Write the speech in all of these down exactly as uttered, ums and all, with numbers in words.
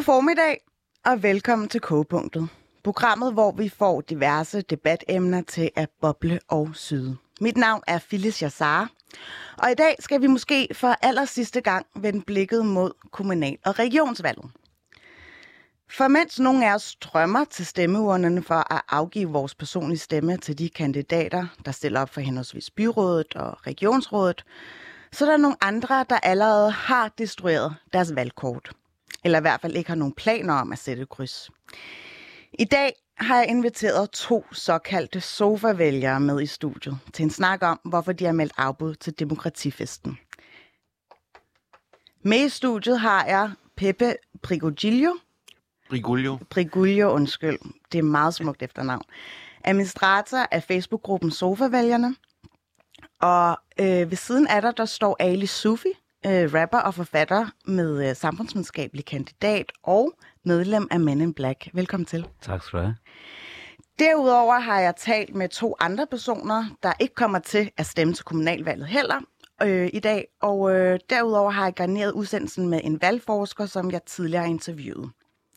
formiddag, og velkommen til Kogepunktet. Programmet, hvor vi får diverse debatemner til at boble og syde. Mit navn er Phyllis Jassar, og i dag skal vi måske for aller sidste gang vende blikket mod kommunal- og regionsvalget. For mens nogle af os strømmer til stemmeurnerne for at afgive vores personlige stemme til de kandidater, der stiller op for henholdsvis byrådet og regionsrådet, så er der nogle andre, der allerede har destrueret deres valgkort. Eller i hvert fald ikke har nogen planer om at sætte kryds. I dag har jeg inviteret to såkaldte sofa-vælgere med i studiet til en snak om, hvorfor de har meldt afbud til demokratifesten. Med i studiet har jeg Pepe Briguglio. Briguglio. Briguglio, undskyld. Det er meget smukt efternavn. Administrator af Facebook-gruppen Sofa-vælgerne. Og øh, ved siden af dig, der står Ali Sufi, øh, rapper og forfatter med øh, samfundsvidenskabelig kandidat og medlem af Men in Black. Velkommen til. Tak skal du have. Derudover har jeg talt med to andre personer, der ikke kommer til at stemme til kommunalvalget heller øh, i dag. Og øh, derudover har jeg garneret udsendelsen med en valgforsker, som jeg tidligere har interviewet.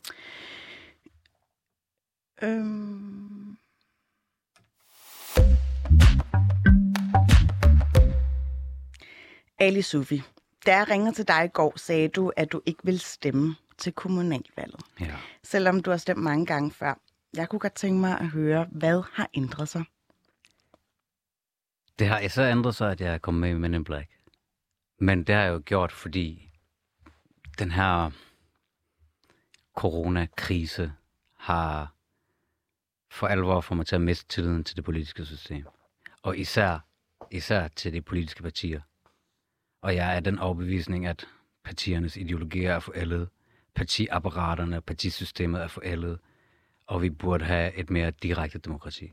Øhm... Ali Sufi, da jeg ringede til dig i går, sagde du, at du ikke vil stemme til kommunalvalget. Ja. Selvom du har stemt mange gange før. Jeg kunne godt tænke mig at høre, hvad har ændret sig? Det har så ændret sig, at jeg er kommet med i Men in Black. Men det har jeg jo gjort, fordi den her coronakrise har for alvor fået mig til at miste tilliden til det politiske system. Og især, især til de politiske partier. Og jeg er den overbevisning, at partiernes ideologier er forældet, partiapparaterne og partisystemet er forældet, og vi burde have et mere direkte demokrati.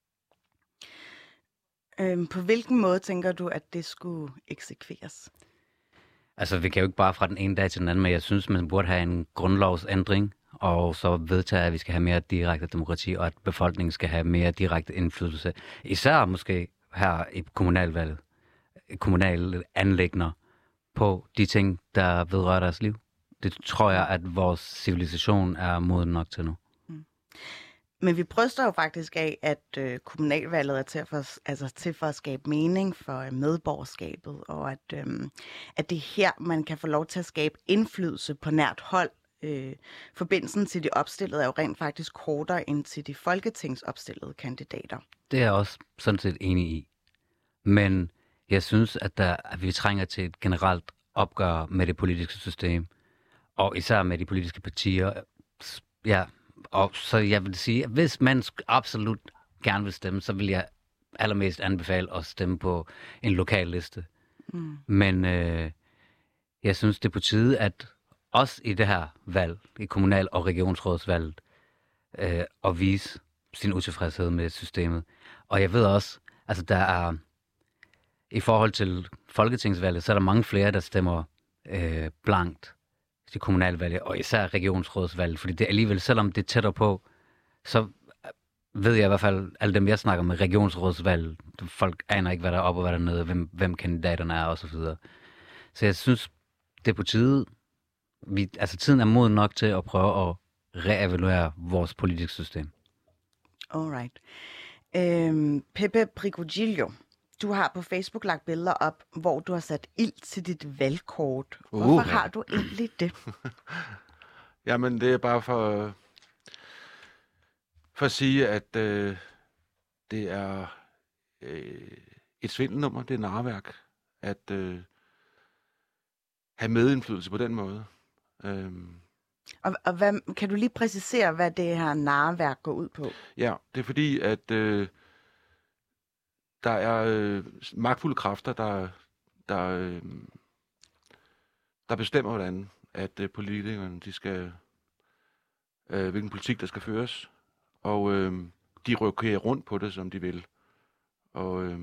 Øhm, på hvilken måde tænker du, at det skulle eksekveres? Altså, vi kan jo ikke bare fra den ene dag til den anden, men jeg synes, man burde have en grundlovsændring, og så vedtage, at vi skal have mere direkte demokrati, og at befolkningen skal have mere direkte indflydelse. Især måske her i kommunalvalget, kommunale anliggender på de ting, der vedrører deres liv. Det tror jeg, at vores civilisation er moden nok til nu. Mm. Men vi bryster jo faktisk af, at øh, kommunalvalget er til for, altså til for at skabe mening for medborgerskabet, og at, øh, at det er her, man kan få lov til at skabe indflydelse på nært hold. Øh, forbindelsen til de opstillede er jo rent faktisk kortere end til de folketingsopstillede kandidater. Det er jeg også sådan set enig i. Men jeg synes, at, der, at vi trænger til et generelt opgør med det politiske system, og især med de politiske partier. Ja, og så jeg vil sige, at hvis man absolut gerne vil stemme, så vil jeg allermest anbefale at stemme på en lokal liste. Mm. Men øh, jeg synes, det er på tide, at også i det her valg, i kommunal- og regionsrådsvalget, øh, at vise sin utilfredshed med systemet. Og jeg ved også, altså der er, i forhold til folketingsvalget, så er der mange flere, der stemmer øh, blankt til kommunalvalget, og især regionsrådsvalget, fordi det alligevel, selvom det er tættere på, så ved jeg i hvert fald, alle dem jeg snakker med, regionsrådsvalget, folk aner ikke, hvad der er oppe og hvad der er nede, hvem, hvem kandidaterne er, og så videre. Så jeg synes, det er på tide, vi, altså tiden er moden nok til at prøve at reevaluere vores politiske system. Alright. Øhm, Pepe Briguglio, du har på Facebook lagt billeder op, hvor du har sat ild til dit valgkort. Hvorfor uh, har du egentlig det? Jamen, det er bare for, for at sige, at øh, det er øh, et svindelnummer, det er narværk, at øh, have medindflydelse på den måde. Øhm. Og, og hvad, kan du lige præcisere, hvad det her narværk går ud på? Ja, det er fordi, at øh, der er øh, magtfulde kræfter, der, der, øh, der bestemmer, hvordan at øh, politikerne, de skal, øh, hvilken politik, der skal føres. Og øh, de rykker rundt på det, som de vil. Og øh,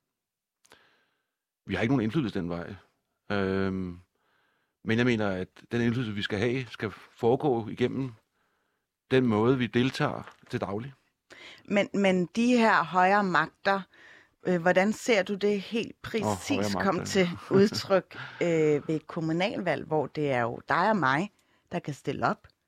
vi har ikke nogen indflydelse den vej. Øh, men jeg mener, at den indflydelse, vi skal have, skal foregå igennem den måde, vi deltager til daglig. Men, men de her højere magter, øh, hvordan ser du det helt præcis oh, komme til udtryk øh, ved et kommunalvalg, hvor det er jo dig og mig, der kan stille op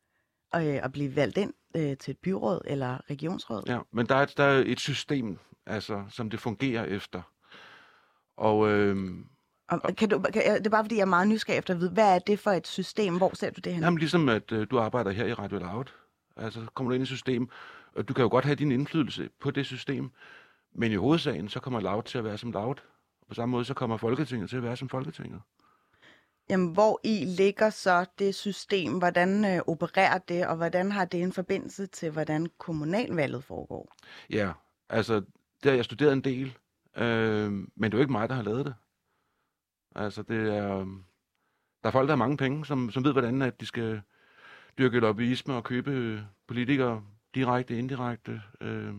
øh, at blive valgt ind øh, til et byråd eller regionsråd. Ja, men der er, der er et system, altså, som det fungerer efter. Og, øh, Og, kan du, kan, det er bare fordi, jeg er meget nysgerrig efter at vide, hvad er det for et system? Hvor ser du det hen? Jamen ligesom, at øh, du arbejder her i Radio Loud. Altså, så kommer du ind i et system, og du kan jo godt have din indflydelse på det system, men i hovedsagen, så kommer Loud til at være som Loud. På samme måde, så kommer Folketinget til at være som Folketinget. Jamen, hvor i ligger så det system? Hvordan øh, opererer det, og hvordan har det en forbindelse til, hvordan kommunalvalget foregår? Ja, altså, det har jeg studeret en del, øh, men det er jo ikke mig, der har lavet det. Altså, det er... Der er folk, der har mange penge, som, som ved, hvordan at de skal dyrke lobbyisme og købe politikere direkte, indirekte. Øh,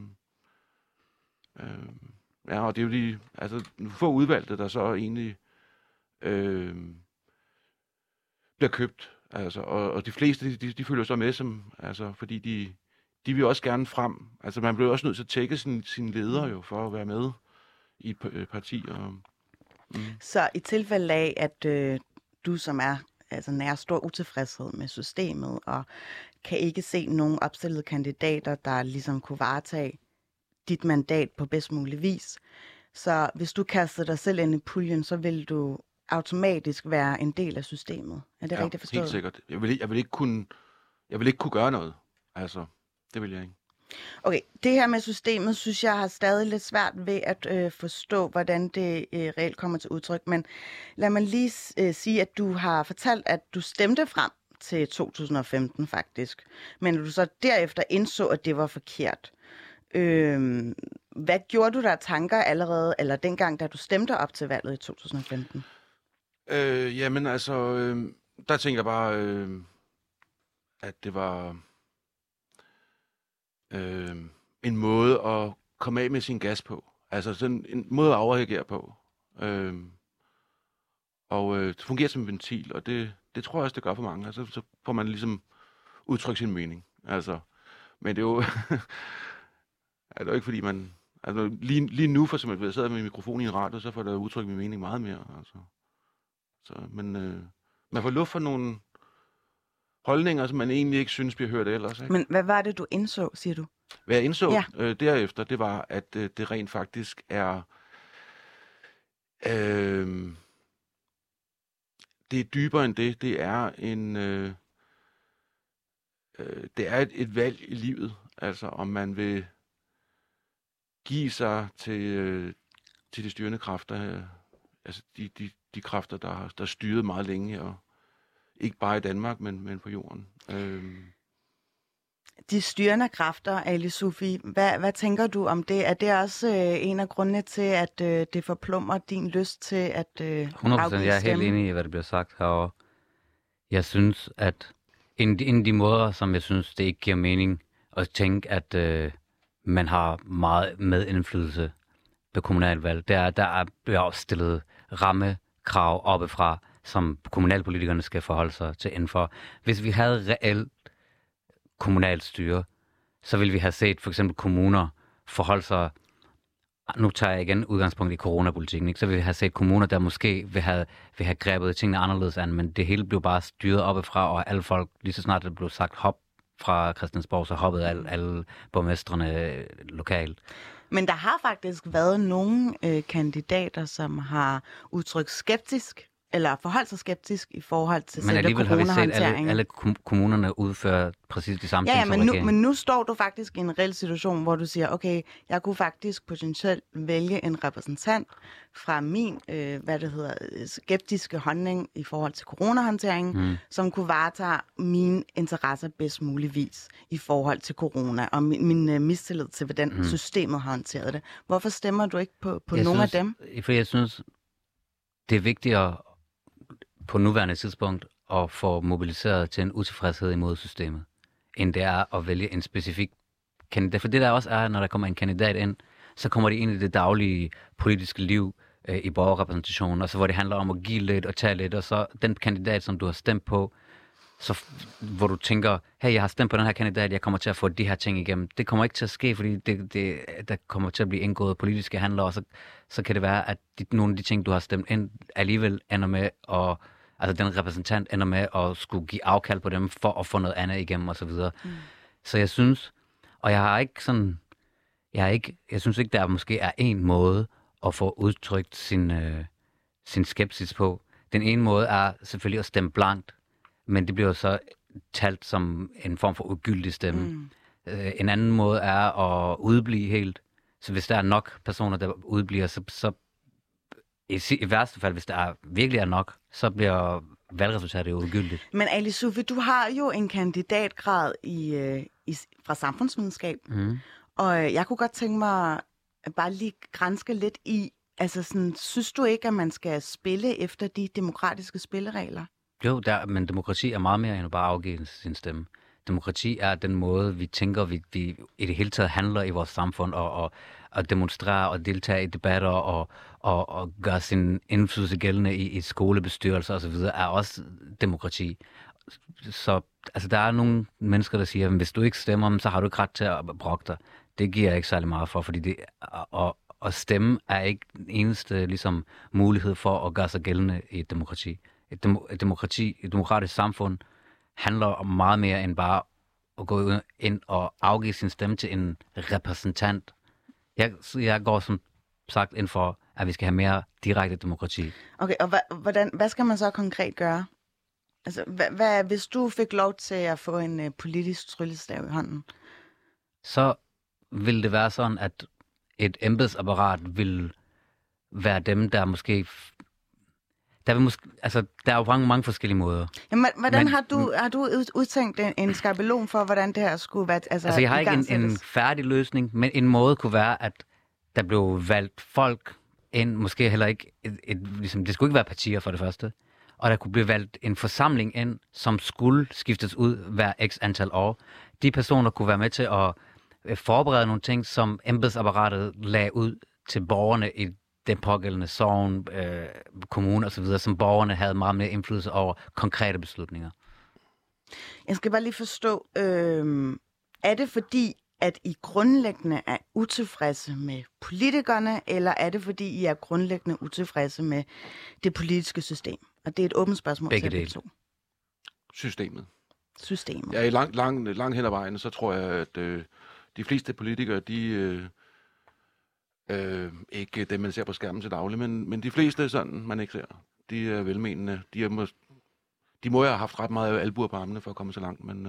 øh, ja, og det er jo de altså, få udvalgte, der så egentlig øh, bliver købt. Altså, og, og de fleste, de, de følger så med, som, altså, fordi de, de vil også gerne frem. Altså, man bliver også nødt til at tjekke sin, sine ledere jo, for at være med i et parti. Og, mm. Så i tilfælde af, at øh, du som er altså nær stor utilfredshed med systemet, og kan ikke se nogen opstillede kandidater, der ligesom kunne varetage dit mandat på bedst mulig vis. Så hvis du kastede dig selv ind i puljen, så vil du automatisk være en del af systemet. Er det ja, rigtigt forstået? Helt sikkert. Jeg vil, jeg vil ikke kunne, jeg vil ikke kunne gøre noget. Altså, det vil jeg ikke. Okay, det her med systemet, synes jeg har stadig lidt svært ved at øh, forstå, hvordan det øh, reelt kommer til udtryk. Men lad mig lige øh, sige, at du har fortalt, at du stemte frem til to tusind og femten faktisk. Men du så derefter indså, at det var forkert. Øh, hvad gjorde du der tanker allerede, eller dengang, da du stemte op til valget i to tusind og femten? Øh, jamen altså, øh, der tænkte jeg bare, øh, at det var øh, en måde at komme af med sin gas på. Altså sådan en måde at afreagere på. Øh, og øh, det fungerer som en ventil, og det, det tror jeg også, det gør for mange. Altså, så får man ligesom udtrykke sin mening. Altså, men det er jo... er det jo ikke, fordi man... Altså, lige, lige nu, for eksempel, hvis jeg sidder med mikrofon i en radio, så får jeg udtrykt min mening meget mere. Altså. Så, men øh, man får luft for nogle holdninger, som man egentlig ikke synes bliver hørt ellers. Ikke? Men hvad var det, du indså, siger du? Hvad jeg indså ja. øh, derefter, det var, at øh, det rent faktisk er... Øh, det er dybere end det. Det er en... Øh, øh, det er et, et valg i livet. Altså, om man vil give sig til, øh, til de styrende kræfter. Øh, altså, de, de, de kræfter, der har der styret meget længe, og ikke bare i Danmark, men, men på jorden. Øh, De styrende kræfter, Ali Sufi, hvad, hvad tænker du om det? Er det også øh, en af grundene til, at øh, det forplumrer din lyst til at øh, hundrede procent, jeg er helt enig i, hvad der bliver sagt herovre. Jeg synes, at en, en af de måder, som jeg synes, det ikke giver mening at tænke, at øh, man har meget medindflydelse på kommunalvalg, det er, at der er bliver stillet rammekrav oppefra, som kommunalpolitikerne skal forholde sig til indenfor. Hvis vi havde reelt kommunalt styre, så ville vi have set for eksempel kommuner forholde sig, nu tager jeg igen udgangspunkt i coronapolitikken, ikke? Så ville vi have set kommuner, der måske vil have, vil have grebet tingene anderledes an, men det hele blev bare styret oppefra, og alle folk, lige så snart det blev sagt hop fra Christiansborg, så hoppede alle, alle borgmestrene lokalt. Men der har faktisk været nogle øh, kandidater, som har udtrykt skeptisk, eller forholdt sig skeptisk i forhold til selve coronahåndteringen. Men alligevel har vi set alle, alle kommunerne udføre præcis de samme ja, ting ja, som men regeringen. nu, men nu står du faktisk i en reel situation, hvor du siger, okay, jeg kunne faktisk potentielt vælge en repræsentant fra min, øh, hvad det hedder, skeptiske holdning i forhold til coronahåndteringen, mm. som kunne varetage mine interesser bedst muligvis i forhold til corona, og min, min uh, mistillid til, hvordan mm. systemet har håndteret det. Hvorfor stemmer du ikke på, på nogle synes, af dem? For jeg synes, det er vigtigere på nuværende tidspunkt at få mobiliseret til en utilfredshed imod systemet, end det er at vælge en specifik kandidat. For det der også er, når der kommer en kandidat ind, så kommer det ind i det daglige politiske liv øh, i borgerrepræsentationen, og så hvor det handler om at give lidt og tage lidt, og så den kandidat, som du har stemt på, så hvor du tænker, hey, jeg har stemt på den her kandidat, jeg kommer til at få de her ting igennem. Det kommer ikke til at ske, fordi det, det, der kommer til at blive indgået politiske handler, og så, så kan det være, at de, nogle af de ting, du har stemt ind, alligevel ender med at Altså den repræsentant ender med at skulle give afkald på dem for at få noget andet igennem og så videre. Mm. Så jeg synes, og jeg har ikke sådan, jeg har ikke, jeg synes ikke, der måske er en måde at få udtrykt sin, øh, sin skepsis på. Den ene måde er selvfølgelig at stemme blankt, men det bliver så talt som en form for ugyldig stemme. Mm. Øh, en anden måde er at udeblive helt. Så hvis der er nok personer, der udebliver, så, så i, i værste fald, hvis der er, virkelig er nok, så bliver valgresultatet jo ugyldigt. Men Ali Sufi, du har jo en kandidatgrad i, øh, i, fra samfundsvidenskab, mm. og jeg kunne godt tænke mig at bare lige granske lidt i, altså sådan, synes du ikke, at man skal spille efter de demokratiske spilleregler? Jo, der, men demokrati er meget mere end at bare afgive sin stemme. Demokrati er den måde, vi tænker, vi, vi i det hele taget handler i vores samfund, og, og, og demonstrere og deltage i debatter, og, og, og gøre sin indflydelse gældende i, i skolebestyrelser osv., er også demokrati. Så altså, der er nogle mennesker, der siger, at hvis du ikke stemmer, så har du ikke ret til at brokke dig. Det giver jeg ikke særlig meget for, fordi det, og, og stemme er ikke den eneste ligesom, mulighed for at gøre sig gældende i et demokrati. Et, dem, et demokrati, et demokratisk samfund handler om meget mere end bare at gå ind og afgive sin stemme til en repræsentant. Jeg, jeg går som sagt ind for, at vi skal have mere direkte demokrati. Okay, og hva, hvordan, hvad skal man så konkret gøre? Altså, hvad, hvad, hvis du fik lov til at få en uh, politisk tryllestav i hånden? Så vil det være sådan, at et embedsapparat vil være dem, der måske... Der, vil måske, altså, der er jo mange, mange forskellige måder. Jamen, hvordan Men, har du har du udtænkt en, en skabelon for, hvordan det her skulle være? Altså, altså jeg har ikke en, en færdig løsning, men en måde kunne være, at der blev valgt folk ind, måske heller ikke... Et, et, ligesom, det skulle ikke være partier for det første, og der kunne blive valgt en forsamling ind, som skulle skiftes ud hver x antal år. De personer kunne være med til at forberede nogle ting, som embedsapparatet lagde ud til borgerne i den pågældende sogn, øh, kommune osv., som borgerne havde meget mere indflydelse over konkrete beslutninger. Jeg skal bare lige forstå, øh, er det fordi, at I grundlæggende er utilfredse med politikerne, eller er det fordi, I er grundlæggende utilfredse med det politiske system? Og det er et åbent spørgsmål Begge til to. Systemet. Systemet. Ja, i lang, lang, lang hen ad vejen, så tror jeg, at øh, de fleste politikere, de... Øh, Øh, ikke dem, man ser på skærmen til daglig, men, men de fleste sådan, man ikke ser. De er velmenende. De, er må, de må jo have haft ret meget albuer på armene for at komme så langt, men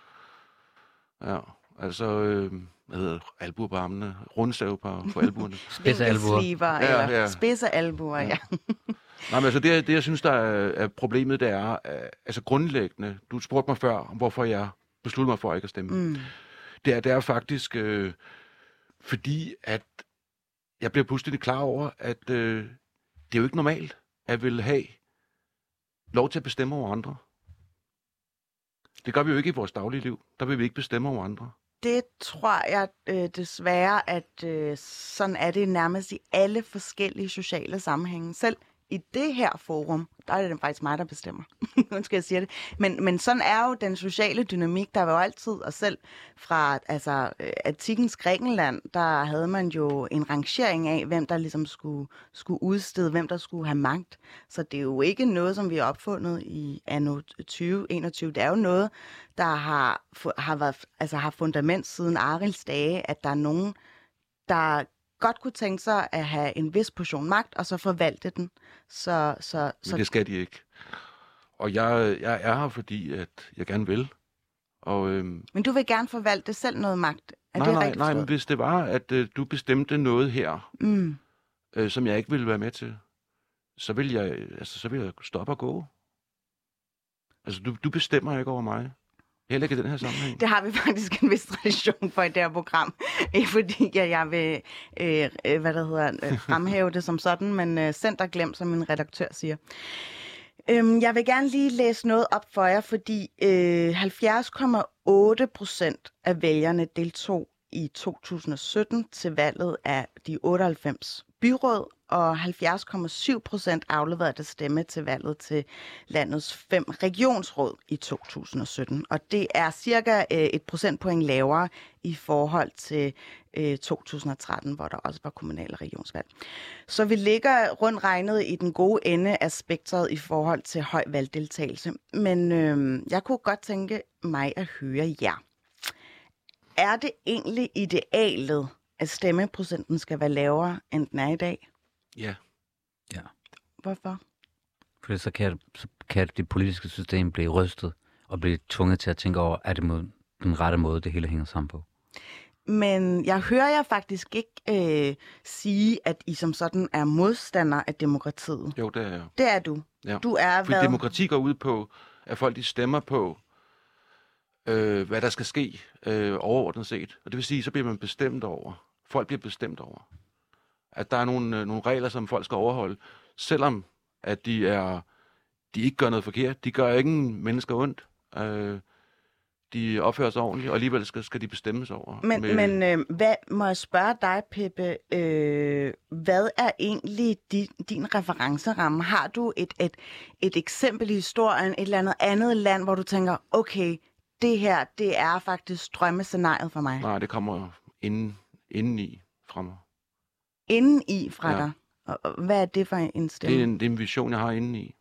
øh, ja, altså, øh, hvad hedder albuer på armene? Rundsav på, på albuerne. Spidse albuer. Ja, ja. Spidse albuer, ja. ja. Nej, men altså det, det, jeg synes, der er, er problemet, det er, altså grundlæggende, du spurgte mig før, hvorfor jeg besluttede mig for ikke at stemme. Mm. Det, er, det er faktisk, øh, fordi at jeg bliver pludselig klar over, at øh, det er jo ikke normalt, at vil have lov til at bestemme over andre. Det gør vi jo ikke i vores daglige liv. Der vil vi ikke bestemme over andre. Det tror jeg øh, desværre, at øh, sådan er det nærmest i alle forskellige sociale sammenhænge. Selv i det her forum, der er det faktisk mig, der bestemmer. Nu skal jeg sige det. Men, men sådan er jo den sociale dynamik. Der var jo altid, og selv fra altså, antikkens Grækenland, der havde man jo en rangering af, hvem der ligesom skulle, skulle udstede, hvem der skulle have magt. Så det er jo ikke noget, som vi har opfundet i anno tyve enogtyve. Det er jo noget, der har, har, været, altså, har fundament siden Arilds dage, at der er nogen, der godt kunne tænke sig at have en vis portion magt, og så forvalte den. Så, så, så... Men det skal de ikke. Og jeg, jeg er her, fordi at jeg gerne vil. Og, øhm... Men du vil gerne forvalte selv noget magt? Er nej, det nej, rigtigt nej, men hvis det var, at øh, du bestemte noget her, mm. øh, som jeg ikke ville være med til, så vil jeg, altså, så vil jeg stoppe og gå. Altså, du, du bestemmer ikke over mig. Heller ikke i den her sammenhæng. Det har vi faktisk en vis tradition for i det her program. Ikke fordi jeg, jeg vil øh, hvad der hedder, øh, fremhæve det som sådan, men øh, send dig glem, som min redaktør siger. Øhm, jeg vil gerne lige læse noget op for jer, fordi øh, halvfjerds komma otte procent af vælgerne deltog i to tusind og sytten til valget af de otteoghalvfems byråd og halvfjerds komma syv procent afleverede deres stemme til valget til landets fem regionsråd i to tusind og sytten. Og det er cirka et procentpoint lavere i forhold til øh, to tusind og tretten, hvor der også var kommunal- og regionsvalg. Så vi ligger rundt regnet i den gode ende af spektret i forhold til høj valgdeltagelse. Men øh, jeg kunne godt tænke mig at høre jer. Er det egentlig idealet, at stemmeprocenten skal være lavere, end den er i dag? Ja. Ja. Hvorfor? For så kan, så kan det politiske system blive rystet og blive tvunget til at tænke over, er det mod den rette måde, det hele hænger sammen på. Men jeg hører jer faktisk ikke øh, sige, at I som sådan er modstander af demokratiet. Jo, det er jeg. Det er du. Ja. Du er Fordi hvad? demokrati går ud på, at folk de stemmer på, øh, hvad der skal ske øh, overordnet set. Og det vil sige, så bliver man bestemt over. Folk bliver bestemt over. At der er nogle, øh, nogle regler, som folk skal overholde, selvom at de er de ikke gør noget forkert. De gør ingen mennesker ondt. Øh, de opfører sig ordentligt, og alligevel skal, skal de bestemmes over. Men, med... men øh, hvad, må jeg spørge dig, Peppe, øh, hvad er egentlig din, din referenceramme? Har du et, et, et eksempel i historien, et eller andet andet land, hvor du tænker, okay, det her, det er faktisk drømmescenariet for mig? Nej, det kommer inden, indeni fra mig. Inden i fra Ja. dig? Og, og hvad er det for en stemme? Det er en, det er en vision, jeg har indeni.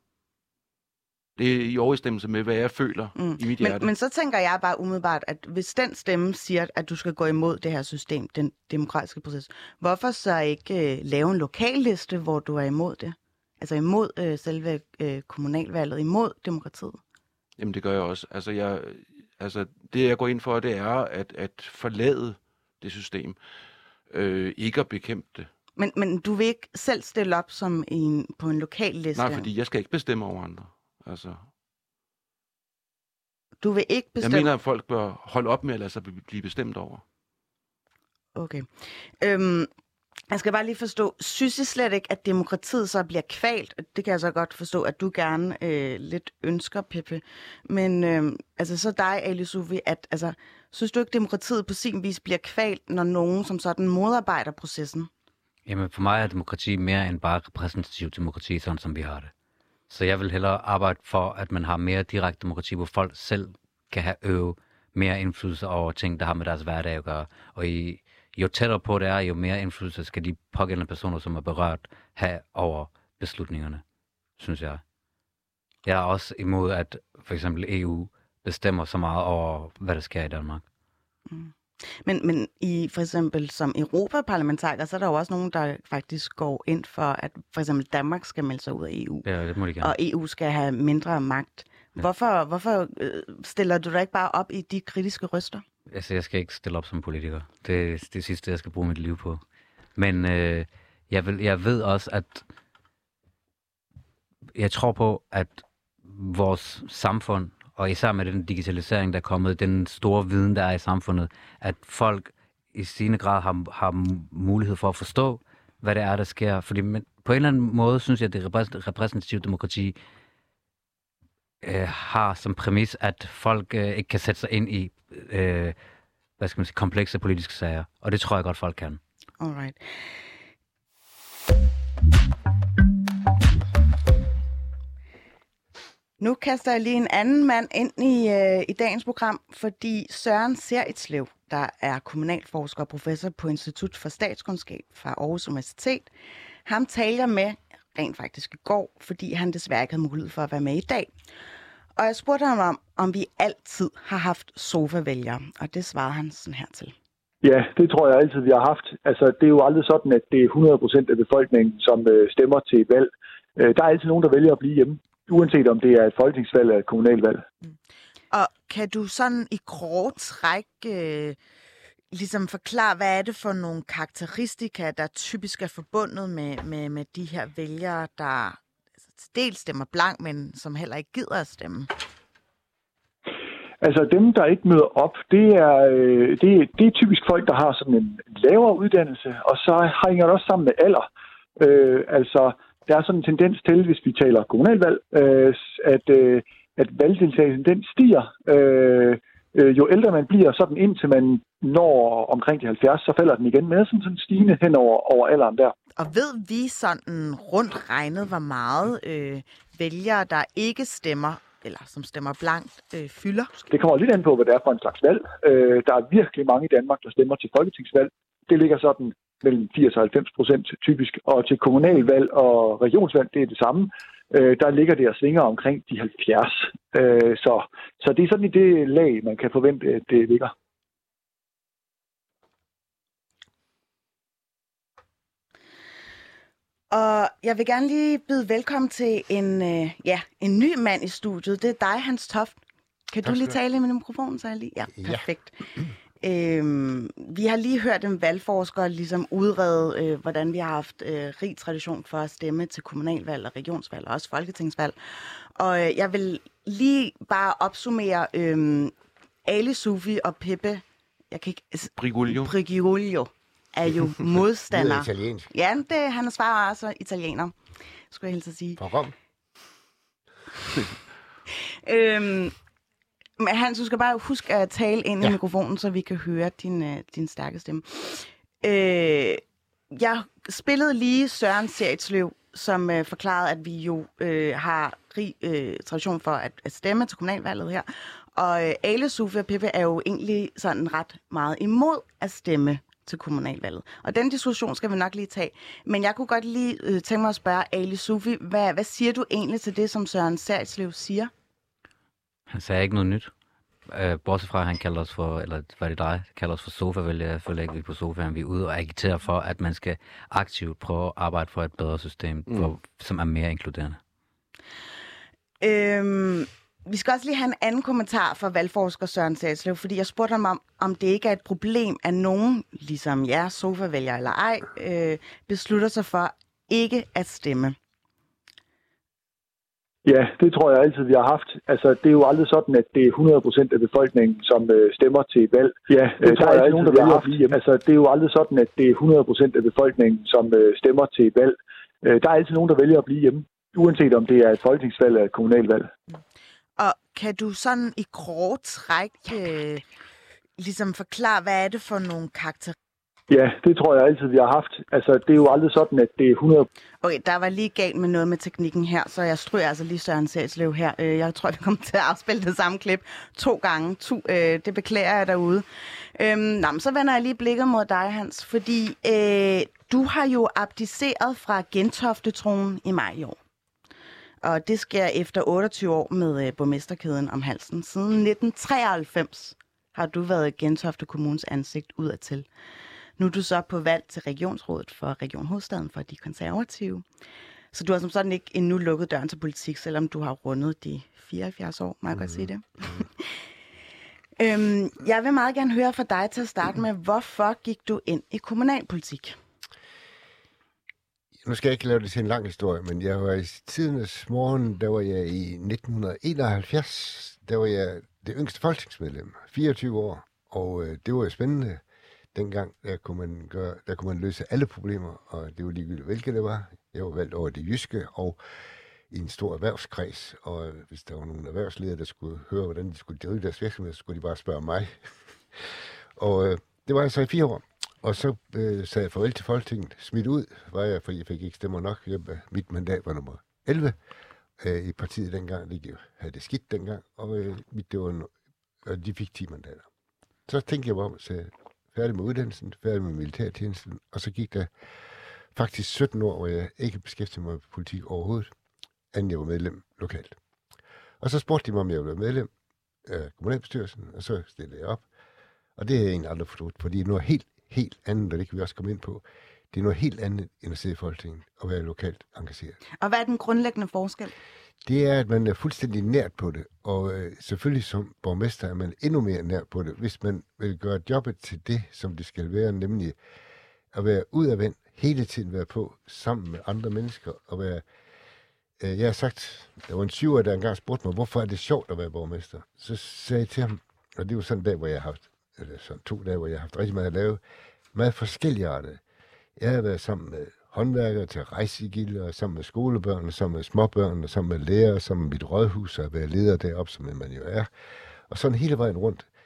Det er i overensstemmelse med, hvad jeg føler mm. i mit hjerte. Men, men så tænker jeg bare umiddelbart, at hvis den stemme siger, at du skal gå imod det her system, den demokratiske proces, hvorfor så ikke øh, lave en lokalliste, hvor du er imod det? Altså imod øh, selve øh, kommunalvalget, imod demokratiet? Jamen, det gør jeg også. Altså, jeg, altså det, jeg går ind for, det er at, at forlade det system. Øh, ikke at bekæmpe det. Men, men du vil ikke selv stille op som en, på en lokal liste? Nej, fordi jeg skal ikke bestemme over andre. Altså, du vil ikke bestemme... jeg mener, at folk bør holde op med at lade sig blive bestemt over. Okay. Øhm, jeg skal bare lige forstå, synes I slet ikke, at demokratiet så bliver kvalt? Det kan jeg så godt forstå, at du gerne øh, lidt ønsker, Peppe. Men øh, altså så dig, Ali Sufi, at altså, synes du ikke, demokratiet på sin vis bliver kvalt, når nogen som sådan modarbejder processen? Jamen for mig er demokrati mere end bare repræsentativ demokrati, sådan som vi har det. Så jeg vil hellere arbejde for, at man har mere direkte demokrati, hvor folk selv kan have øve mere indflydelse over ting, der har med deres hverdag at gøre. Og i, jo tættere på det er, jo mere indflydelse skal de pågældende personer, som er berørt, have over beslutningerne, synes jeg. Jeg er også imod, at for eksempel E U bestemmer så meget over, hvad der sker i Danmark. Mm. Men, men i for eksempel som europaparlamentariker, så er der jo også nogen, der faktisk går ind for, at for eksempel Danmark skal melde sig ud af E U. Ja, det må de gerne. Og E U skal have mindre magt. Ja. Hvorfor, hvorfor øh, stiller du dig ikke bare op i de kritiske røster? Altså, jeg skal ikke stille op som politiker. Det er det sidste, jeg skal bruge mit liv på. Men øh, jeg, vil, jeg ved også, at jeg tror på, at vores samfund, og især med den digitalisering, der er kommet, den store viden, der er i samfundet, at folk i stigende grad har, har mulighed for at forstå, hvad det er, der sker. Fordi men, på en eller anden måde, synes jeg, at det repræsentative demokrati øh, har som præmis, at folk øh, ikke kan sætte sig ind i øh, hvad skal man sige, komplekse politiske sager. Og det tror jeg godt, folk kan. Alright. Nu kaster jeg lige en anden mand ind i, øh, i dagens program, fordi Søren Seritslev, der er kommunalforsker og professor på Institut for Statskundskab fra Aarhus Universitet, ham talte jeg med rent faktisk i går, fordi han desværre ikke havde mulighed for at være med i dag. Og jeg spurgte ham om, om vi altid har haft sofavælgere, og det svarede han sådan her til. Ja, det tror jeg altid, vi har haft. Altså, det er jo aldrig sådan, at det er hundrede procent af befolkningen, som øh, stemmer til et valg. Øh, der er altid nogen, der vælger at blive hjemme, uanset om det er et folketingsvalg eller et kommunalvalg. Mm. Og kan du sådan i grove træk øh, ligesom forklare, hvad er det for nogle karakteristika, der typisk er forbundet med, med, med de her vælgere, der dels stemmer blank, men som heller ikke gider at stemme? Altså dem, der ikke møder op, det er, det, det er typisk folk, der har sådan en lavere uddannelse, og så hænger det også sammen med alder. Øh, altså, der er sådan en tendens til, hvis vi taler kommunalvalg, øh, at, øh, at valgdeltagelsen den stiger, øh, Øh, jo ældre man bliver, sådan indtil man når omkring de halvfjerds, så falder den igen med sådan, sådan stigende hen over, over alderen der. Og ved vi sådan rundt regnet, hvor meget øh, vælgere, der ikke stemmer, eller som stemmer blankt, øh, fylder? Det kommer lidt an på, hvad det er for en slags valg. Øh, der er virkelig mange i Danmark, der stemmer til folketingsvalg. Det ligger sådan mellem firs og halvfems procent typisk. Og til kommunalvalg og regionsvalg, det er det samme. Øh, der ligger det og svinger omkring de halvfjerds. Øh, så, så det er sådan i det lag, man kan forvente, at det ligger. Og jeg vil gerne lige byde velkommen til en, øh, ja, en ny mand i studiet. Det er dig, Hans Toft. Kan tak, du lige tale i min mikrofon, så jeg lige? Ja, perfekt. Ja. Øhm, vi har lige hørt en valgforsker ligesom udrede, øh, hvordan vi har haft øh, rig tradition for at stemme til kommunalvalg og regionsvalg og også folketingsvalg. Og øh, jeg vil lige bare opsummere øh, Ali Sufi og Pepe jeg kan ikke, Brigiulio. Brigiulio er jo modstander. Det er italiensk. Ja, det, han er svarer også italiener, skulle jeg helst sige. Fra Rom. øhm, men Hans, du skal bare huske at tale ind ja. i mikrofonen, så vi kan høre din, uh, din stærke stemme. Øh, jeg spillede lige Søren Sertsløv, som uh, forklarede, at vi jo uh, har rig uh, tradition for at, at stemme til kommunalvalget her. Og uh, Ale, Sofie og Peppe er jo egentlig sådan ret meget imod at stemme til kommunalvalget. Og den diskussion skal vi nok lige tage. Men jeg kunne godt lige øh, tænke mig at spørge Ali Sufi, hvad, hvad siger du egentlig til det, som Søren Sertsløv siger? Han sagde ikke noget nyt. Uh, bortset fra, at han kalder os for, eller var det dig, kalder os for sofa-vælger. Jeg føler ikke, vi er på sofaen. Vi er ude og agiterer for, at man skal aktivt prøve at arbejde for et bedre system, mm. for, som er mere inkluderende. Øhm, vi skal også lige have en anden kommentar fra valgforsker Søren Sertsløv, fordi jeg spurgte ham om, om det ikke er et problem, at nogen, ligesom jer, sofa-vælger eller ej, øh, beslutter sig for ikke at stemme. Ja, det tror jeg altid, vi har haft. Altså, det er jo aldrig sådan, at det er hundrede procent af befolkningen, som øh, stemmer til et valg. Ja, det tror jeg altid, nogen, der vi har haft. Altså, det er jo aldrig sådan, at det er hundrede procent af befolkningen, som øh, stemmer til et valg. Øh, der er altid nogen, der vælger at blive hjemme, uanset om det er et folketingsvalg eller et kommunalvalg. Og kan du sådan i grove træk øh, ligesom forklare, hvad er det for nogle karakterer? Ja, det tror jeg altid, vi har haft. Altså, det er jo aldrig sådan, at det er hundrede... Okay, der var lige galt med noget med teknikken her, så jeg stryger altså lige Søren Sertsløv her. Jeg tror, vi kommer til at afspille det samme klip to gange. To, øh, det beklager jeg derude. Øhm, nå, men så vender jeg lige blikket mod dig, Hans, fordi øh, du har jo abdiceret fra Gentofte-tronen i maj i år. Og det sker efter otteogtyve år med øh, borgmesterkæden om halsen. Siden nitten treoghalvfems har du været Gentofte Kommunes ansigt udadtil. Nu er du så på valg til regionsrådet for Region Hovedstaden for de konservative. Så du har som sådan ikke endnu lukket døren til politik, selvom du har rundet de fireoghalvfjerds år. Må jeg mm. godt sige det? øhm, jeg vil meget gerne høre fra dig til at starte med, hvorfor gik du ind i kommunalpolitik? Nu skal jeg ikke lave det til en lang historie, men jeg var i tidernes morgen, der var jeg i nitten enoghalvfjerds, der var jeg det yngste folketingsmedlem, fireogtyve år, og øh, det var jo spændende. Dengang, der kunne, man gøre, der kunne man løse alle problemer, og det var ligegyldigt, hvilke det var. Jeg var valgt over det jyske, og i en stor erhvervskreds, og hvis der var nogle erhvervsledere, der skulle høre, hvordan de skulle drive deres virksomhed, så skulle de bare spørge mig. og øh, det var jeg så i fire år. Og så øh, sagde jeg farvel til Folketinget. Smidt ud var jeg, for jeg fik ikke stemmer nok. Jeg, mit mandat var nummer elleve øh, i partiet dengang. De havde det skidt dengang, og øh, mit, det var en, og de fik ti mandater. Så tænkte jeg om, så færdig med uddannelsen, færdig med militærtjenesten, og så gik der faktisk sytten år, hvor jeg ikke beskæftigede mig med politik overhovedet, anden jeg var medlem lokalt. Og så spurgte de mig, om jeg ville være medlem af kommunalbestyrelsen, og så stillede jeg op. Og det er jeg egentlig aldrig forstået, fordi det er noget helt, helt andet, og det kan vi også komme ind på. Det er noget helt andet, end at sidde i Folketinget og være lokalt engageret. Og hvad er den grundlæggende forskel? Det er, at man er fuldstændig nært på det, og øh, selvfølgelig som borgmester er man endnu mere nært på det, hvis man vil gøre jobbet til det, som det skal være, nemlig at være udadvendt, hele tiden være på, sammen med andre mennesker, og være, øh, jeg har sagt, der var en syver, der engang spurgte mig, hvorfor er det sjovt at være borgmester? Så sagde jeg til ham, og det var sådan en dag, hvor jeg har haft, eller sådan to dage, hvor jeg har haft rigtig meget at lave, meget forskelligartet. Jeg har været sammen med håndværkere til rejsegilder, og sammen med skolebørn, og sammen med småbørn, og sammen med lærere, sammen med mit rådhus, og være leder deroppe, som man jo er. Og sådan hele vejen rundt.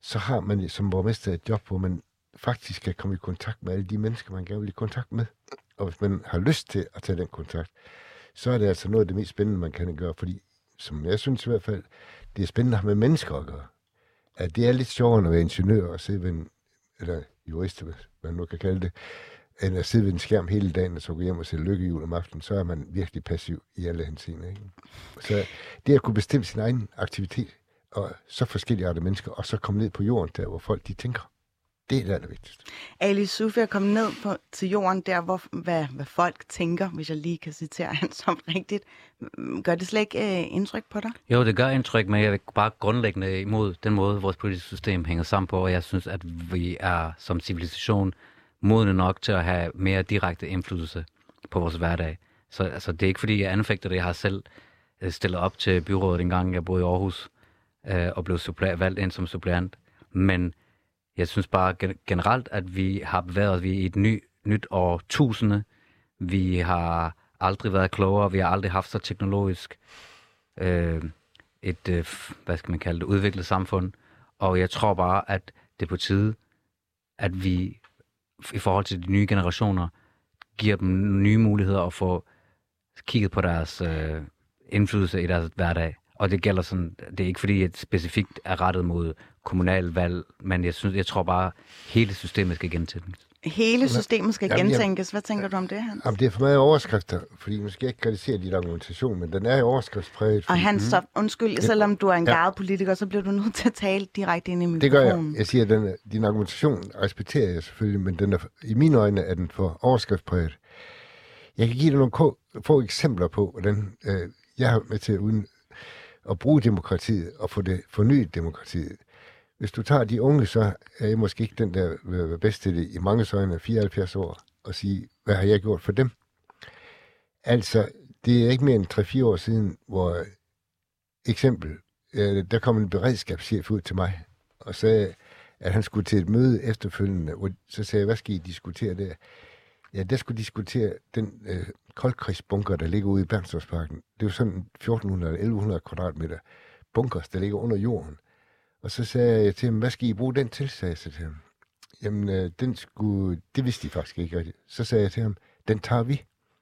så har man som borgmester et job, hvor man faktisk kan komme i kontakt med alle de mennesker, man gerne vil i kontakt med. Og hvis man har lyst til at tage den kontakt, så er det altså noget af det mest spændende, man kan gøre. Fordi, som jeg synes i hvert fald, det er spændende at have med mennesker at gøre. At det er lidt sjovere at være ingeniør og sidde ved en, eller jurist, hvad man nu kan kalde det, end at sidde ved en skærm hele dagen og så gå hjem og se lykkehjul om aftenen, så er man virkelig passiv i alle henseender. Ikke? Så det at kunne bestemme sin egen aktivitet, og så forskellige andre mennesker, og så komme ned på jorden der, hvor folk de tænker. Det er det allervigtigste. Ali Sufi er kommet ned på, til jorden der, hvor hvad, hvad folk tænker, hvis jeg lige kan citere han som rigtigt. Gør det slet ikke øh, indtryk på dig? Jo, det gør indtryk, men jeg er bare grundlæggende imod den måde, vores politiske system hænger sammen på, og jeg synes, at vi er som civilisation modne nok til at have mere direkte indflydelse på vores hverdag. Så altså, det er ikke fordi, jeg anfægter det. Jeg har selv stillet op til byrådet en gang, jeg boede i Aarhus, øh, og blev suppl- valgt ind som suppleant. Men jeg synes bare generelt, at vi har bevæget os i et ny, nyt årtusinde. Vi har aldrig været klogere. Vi har aldrig haft så teknologisk øh, et, øh, hvad skal man kalde det, udviklet samfund. Og jeg tror bare, at det er på tide, at vi i forhold til de nye generationer giver dem nye muligheder at få kigget på deres øh, indflydelse i deres hverdag. Og det gælder sådan, det er ikke fordi, at specifikt er rettet mod kommunalvalg, men jeg synes, jeg tror bare, hele systemet skal gentænkes. Hele systemet skal Jamen, gentænkes. Hvad tænker du om det, Hans? Jamen, det er for meget overskrifter, fordi nu skal jeg ikke kritisere dit argumentation, men den er jo overskriftspræget. Og Hans, så undskyld, selvom du er en ja. garet politiker, så bliver du nødt til at tale direkte ind i mikrofonen. Det gør jeg. Jeg siger, at den, din argumentation respekterer jeg selvfølgelig, men den er, i mine øjne er den for overskriftspræget. Jeg kan give dig nogle ko- få eksempler på, hvordan øh, jeg har med til at, uden at bruge demokratiet og få det fornyet demokratiet. Hvis du tager de unge, så er jeg måske ikke den, der vil være bedst til det i mange øjne, fireoghalvfjerds år, og sige, hvad har jeg gjort for dem? Altså, det er ikke mere end tre fire år siden, hvor eksempel, øh, der kom en beredskabschef ud til mig, og sagde, at han skulle til et møde efterfølgende, hvor så sagde jeg, hvad skal I diskutere der? Ja, der skulle diskutere den øh, koldkrigsbunker, der ligger ude i Bernstorffsparken. Det er jo sådan fjorten hundrede eller elleve hundrede kvadratmeter bunkers, der ligger under jorden. Og så sagde jeg til ham, hvad skal I bruge den til, sagde jeg til ham. Jamen, øh, den skulle, det vidste de faktisk ikke rigtigt. Så sagde jeg til ham, den tager vi.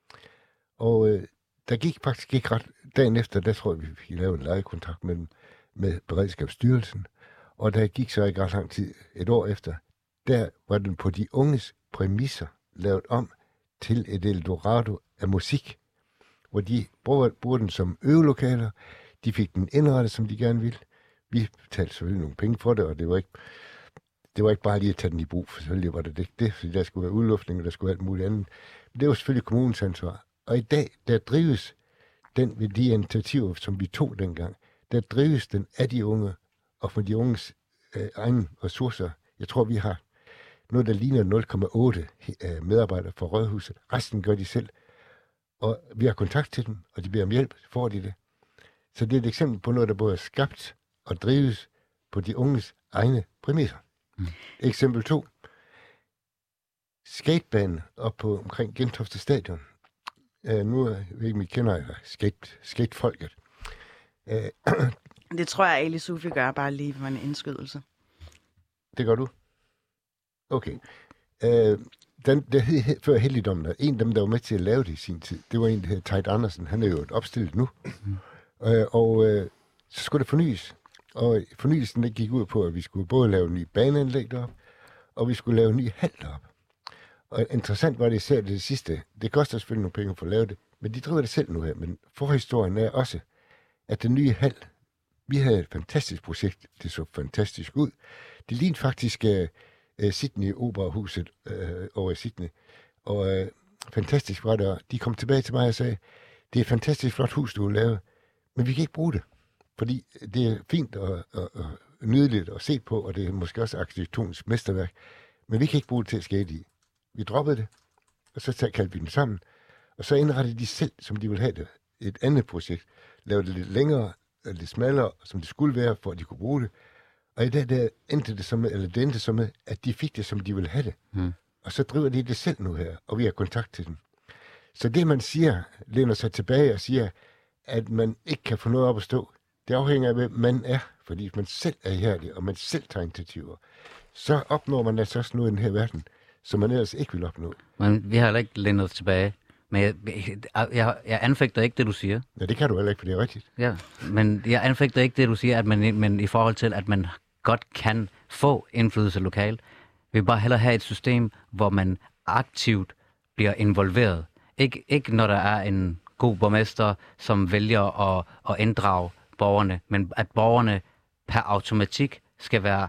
Og øh, der gik faktisk ikke ret, dagen efter, der tror jeg, vi fik lavet en lejekontrakt med dem, med Beredskabsstyrelsen. Og der gik så ikke ret lang tid, et år efter, der var den på de unges præmisser lavet om til et Eldorado af musik, hvor de bruger, bruger den som øvelokaler. De fik den indrettet, som de gerne ville. Vi betalte selvfølgelig nogle penge for det, og det var ikke, det var ikke bare lige at tage den i brug, for selvfølgelig var det ikke det, fordi der skulle være udluftning, og der skulle være alt muligt andet. Men det var selvfølgelig kommunens ansvar. Og i dag, der drives den ved de initiativer, som vi tog dengang, der drives den af de unge, og for de unges øh, egne ressourcer. Jeg tror, vi har noget, der ligner nul komma otte øh, medarbejdere fra Rådhuset. Resten gør de selv. Og vi har kontakt til dem, og de beder om hjælp, får de det. Så det er et eksempel på noget, der både er skabt og drives på de unges egne præmisser. Mm. Eksempel to. Skatebanen op på omkring Gentofte Stadion. Uh, nu er jeg ikke, om I kender skate, skatefolket. Uh, det tror jeg, Ali Sufi gør bare lige for en indskydelse. Det gør du? Okay. Uh, den, der hed før Helligdommen, der en af dem, der var med til at lave det i sin tid, det var en, der hed Tejt Andersen. Han er jo opstillet nu. Mm. Uh, og uh, så skulle det fornyes. Og fornyelsen gik ud på, at vi skulle både lave en ny baneanlæg derop, og vi skulle lave en ny hal derop. Og interessant var det især det sidste. Det koster selvfølgelig nogle penge for at lave det, men de driver det selv nu her. Men forhistorien er også, at den nye hal, vi havde et fantastisk projekt. Det så fantastisk ud. Det lignede faktisk uh, Sydney Operahuset uh, over i Sydney. Og uh, fantastisk var det. Og de kom tilbage til mig og sagde, det er et fantastisk flot hus, du har lavet, men vi kan ikke bruge det. Fordi det er fint og, og, og nydeligt at se på, og det er måske også arkitektonisk mesterværk, men vi kan ikke bruge det til at skate i. Vi droppede det, og så kaldte vi dem sammen, og så indrettede de selv, som de ville have det. Et andet projekt, lavede det lidt længere, lidt smallere, som det skulle være, for at de kunne bruge det. Og i dag der endte det så med, eller det endte så med, at de fik det, som de ville have det. Mm. Og så driver de det selv nu her, og vi har kontakt til dem. Så det, man siger, læner sig tilbage og siger, at man ikke kan få noget op at stå, det afhænger af, hvem man er. Fordi hvis man selv er ihærdig, og man selv tager initiativer, så opnår man altså også noget i den her verden, som man ellers ikke vil opnå. Men vi har heller ikke lænet os tilbage. Men jeg, jeg, jeg, jeg anfægter ikke det, du siger. Ja, det kan du heller ikke, for det er rigtigt. Ja, men jeg anfægter ikke det, du siger, at man, men i forhold til, at man godt kan få indflydelse lokalt. Vi vil bare hellere have et system, hvor man aktivt bliver involveret. Ikke, ikke når der er en god borgmester, som vælger at, at inddrage borgerne, men at borgerne per automatik skal være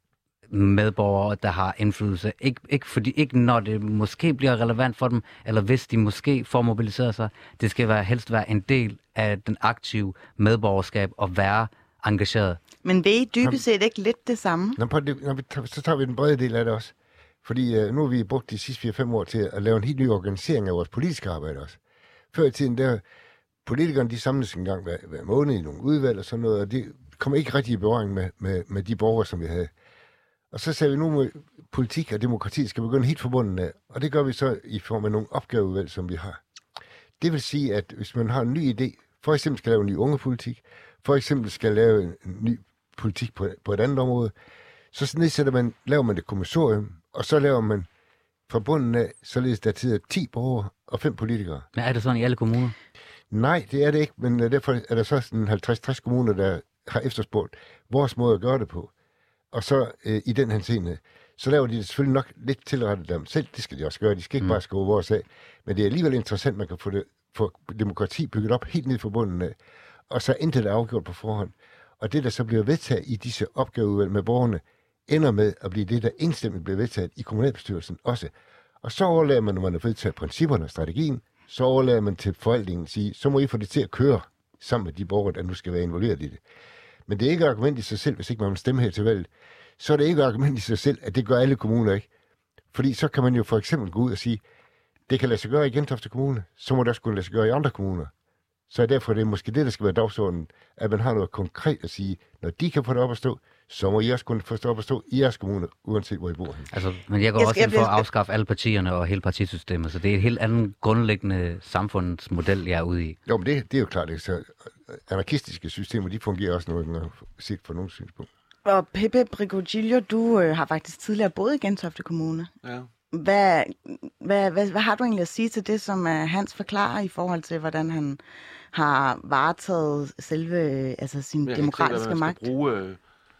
medborgere, der har indflydelse. Ik- ikke, fordi, ikke når det måske bliver relevant for dem, eller hvis de måske får mobiliseret sig. Det skal være, helst være en del af den aktive medborgerskab og være engageret. Men det er dybest set ikke lidt det samme? Nå, det, når vi tager, så tager vi den brede del af det også. Fordi uh, nu har vi brugt de sidste fire fem år til at lave en helt ny organisering af vores politiske arbejde også. Før i tiden, der politikerne, de samles en gang hver, hver måned i nogle udvalg og sådan noget, og de kommer ikke rigtig i berøring med, med, med de borgere, som vi havde. Og så sagde vi nu, at politik og demokrati skal begynde helt forbundet af, og det gør vi så i form af nogle opgaveudvalg, som vi har. Det vil sige, at hvis man har en ny idé, for eksempel skal lave en ny ungepolitik, for eksempel skal lave en, en ny politik på, på et andet område, så nedsætter man, laver man det kommissorium, og så laver man fra bunden af, således der tidligere ti borgere og fem politikere. Men er det sådan i alle kommuner? Nej, det er det ikke, men derfor er der så sådan halvtreds til tres kommuner, der har efterspurgt vores måde at gøre det på. Og så øh, i den henseende, så laver de det selvfølgelig nok lidt tilrettet dem selv. Det skal de også gøre. De skal ikke mm. bare skrive vores af. Men det er alligevel interessant, at man kan få, det, få demokrati bygget op helt ned fra bunden af. Og så intet er afgjort på forhånd. Og det, der så bliver vedtaget i disse opgaveudvalg med borgerne, ender med at blive det, der enstemmigt bliver vedtaget i kommunalbestyrelsen også. Og så overlader man, når man har vedtaget principperne og strategien, så overlader man til forvaltningen at sige, så må I få det til at køre sammen med de borgere, der nu skal være involveret i det. Men det er ikke et argument i sig selv, hvis ikke man vil stemme her til valget. Så er det ikke et argument i sig selv, at det gør alle kommuner ikke. Fordi så kan man jo for eksempel gå ud og sige, det kan lade sig gøre i Gentofte Kommune, så må det også kunne lade sig gøre i andre kommuner. Så derfor er det måske det, der skal være dagsordenen, at man har noget konkret at sige, når de kan få det op at stå, så må I også kunne få det op at stå i jeres kommune, uanset hvor I bor. Altså, men jeg går jeg også ind for at afskaffe alle partierne og hele partisystemet, så det er et helt andet grundlæggende samfundsmodel, jeg er ude i. Jo, men det, det er jo klart, det så anarkistiske systemer, de fungerer også noget set for nogle synspunkter. Og Pepe Brigogilio, du øh, har faktisk tidligere boet i Gentofte Kommune. Ja. Hvad, hvad, hvad, hvad har du egentlig at sige til det, som uh, Hans forklarer i forhold til, hvordan han har varetaget selve altså sin jeg demokratiske se, magt? Bruge, øh,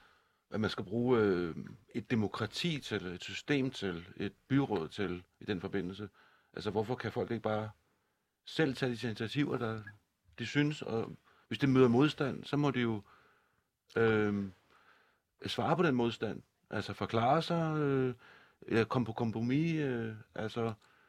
at man skal bruge øh, et demokrati til, et system til, et byråd til i den forbindelse. Altså, hvorfor kan folk ikke bare selv tage de initiativer, der de synes, og hvis det møder modstand, så må de jo øh, svare på den modstand. Altså, forklare sig, øh, komme på kompromis, øh, altså...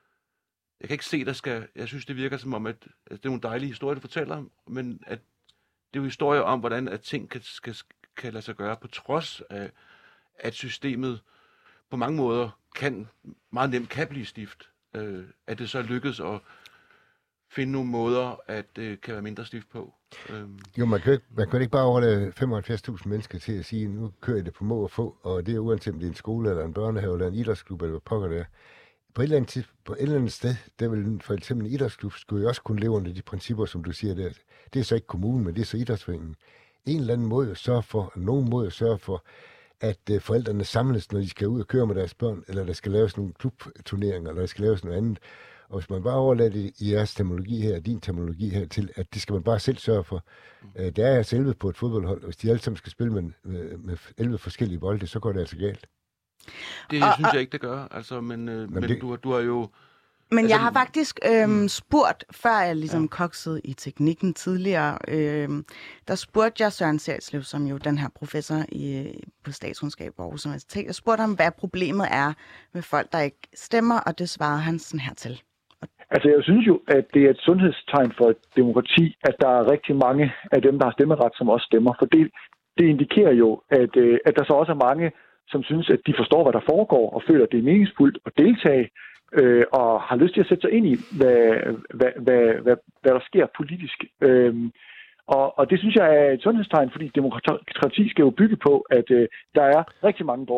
Jeg kan ikke se, der skal... Jeg synes, det virker som om, at, at det er nogle dejlige historier, du fortæller, men at det er jo historier om, hvordan at ting kan, skal, kan lade sig gøre, på trods af, at systemet på mange måder kan, meget nemt kan blive stift. Øh, at det så lykkes at finde nogle måder, at det kan være mindre stift på. Øh. Jo, man kan, ikke, man kan ikke bare overlade femoghalvfjerds tusind mennesker til at sige, nu kører jeg det på må og få, og det er uanset om det er en skole, eller en børnehave, eller en idrætsklub, eller hvad pokker det er. På et eller andet, tid, på et eller andet sted, der vil for eksempel en idrætsklub, skulle jo også kunne leve under de principper, som du siger der. Det er så ikke kommunen, men det er så idrætsforeningen. En eller anden måde at sørge for, nogen måde at sørge for, at uh, forældrene samles, når de skal ud og køre med deres børn, eller der skal laves nogle klubturneringer, eller der skal laves noget andet. Og hvis man bare overlader det i jeres terminologi her, din terminologi her, til at det skal man bare selv sørge for. Uh, der er elleve på et fodboldhold, og hvis de alle sammen skal spille med, med, med elleve forskellige bolde, så går det altså galt. Det og, synes jeg ikke, det gør. Altså, men øh, men det... du, du har jo... Men altså, jeg har faktisk øhm, spurgt, før jeg ligesom ja. koksede i teknikken tidligere, øhm, der spurgte jeg Søren Salslev, som jo den her professor i, på statskundskab på Aarhus Universitet, jeg spurgte ham, hvad problemet er med folk, der ikke stemmer, og det svarede han sådan her til. Altså, jeg synes jo, at det er et sundhedstegn for et demokrati, at der er rigtig mange af dem, der har stemmeret, som også stemmer. For det, det indikerer jo, at, øh, at der så også er mange, som synes, at de forstår, hvad der foregår, og føler, at det er meningsfuldt at deltage, øh, og har lyst til at sætte sig ind i, hvad, hvad, hvad, hvad, hvad der sker politisk. Øhm, og, og det synes jeg er et sundhedstegn, fordi demokrati skal jo bygge på, at øh, der er rigtig mange borgere,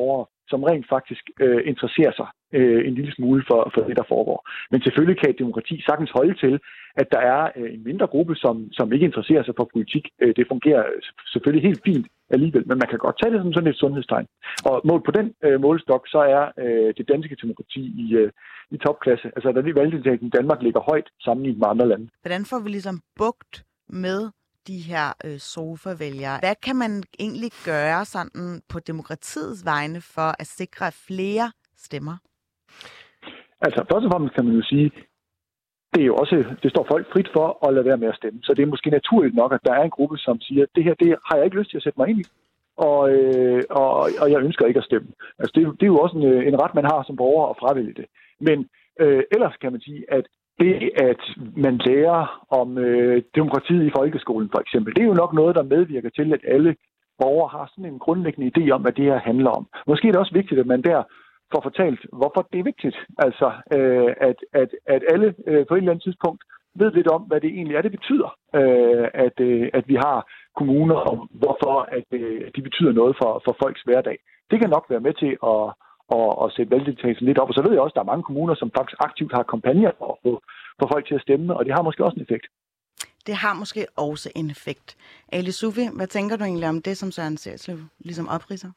som rent faktisk øh, interesserer sig øh, en lille smule for, for det, der foregår. Men selvfølgelig kan et demokrati sagtens holde til, at der er øh, en mindre gruppe, som, som ikke interesserer sig for politik. Øh, det fungerer selvfølgelig helt fint alligevel, men man kan godt tage det som sådan et sundhedstegn. Og målt på den øh, målestok, så er øh, det danske demokrati i, øh, i topklasse. Altså, der er valgdeltagelsen i Danmark ligger højt sammenlignet med andre lande. Hvordan får vi ligesom bugt med de her øh, sofa-vælgere? Hvad kan man egentlig gøre sådan på demokratiets vegne for at sikre flere stemmer? Altså, først og fremmest kan man jo sige, det er jo også, det står folk frit for at lade være med at stemme. Så det er måske naturligt nok, at der er en gruppe, som siger, at det her, det har jeg ikke lyst til at sætte mig ind i, og, øh, og, og jeg ønsker ikke at stemme. Altså, det, er, det er jo også en, en ret, man har som borger at fravælge det. Men øh, ellers kan man sige, at det, at man lærer om øh, demokratiet i folkeskolen for eksempel, det er jo nok noget, der medvirker til, at alle borgere har sådan en grundlæggende idé om, hvad det her handler om. Måske er det også vigtigt, at man der får fortalt, hvorfor det er vigtigt. Altså, øh, at, at, at alle øh, på et eller andet tidspunkt ved lidt om, hvad det egentlig er, det betyder, øh, at, øh, at vi har kommuner, og hvorfor at, øh, de betyder noget for, for folks hverdag. Det kan nok være med til at, at, at sætte valgdeltagelsen lidt op. Og så ved jeg også, at der er mange kommuner, som faktisk aktivt har kampagner for at få, få folk til at stemme, og det har måske også en effekt. Det har måske også en effekt. Ali Sufi, hvad tænker du egentlig om det, som Søren Serslev ligesom opridser?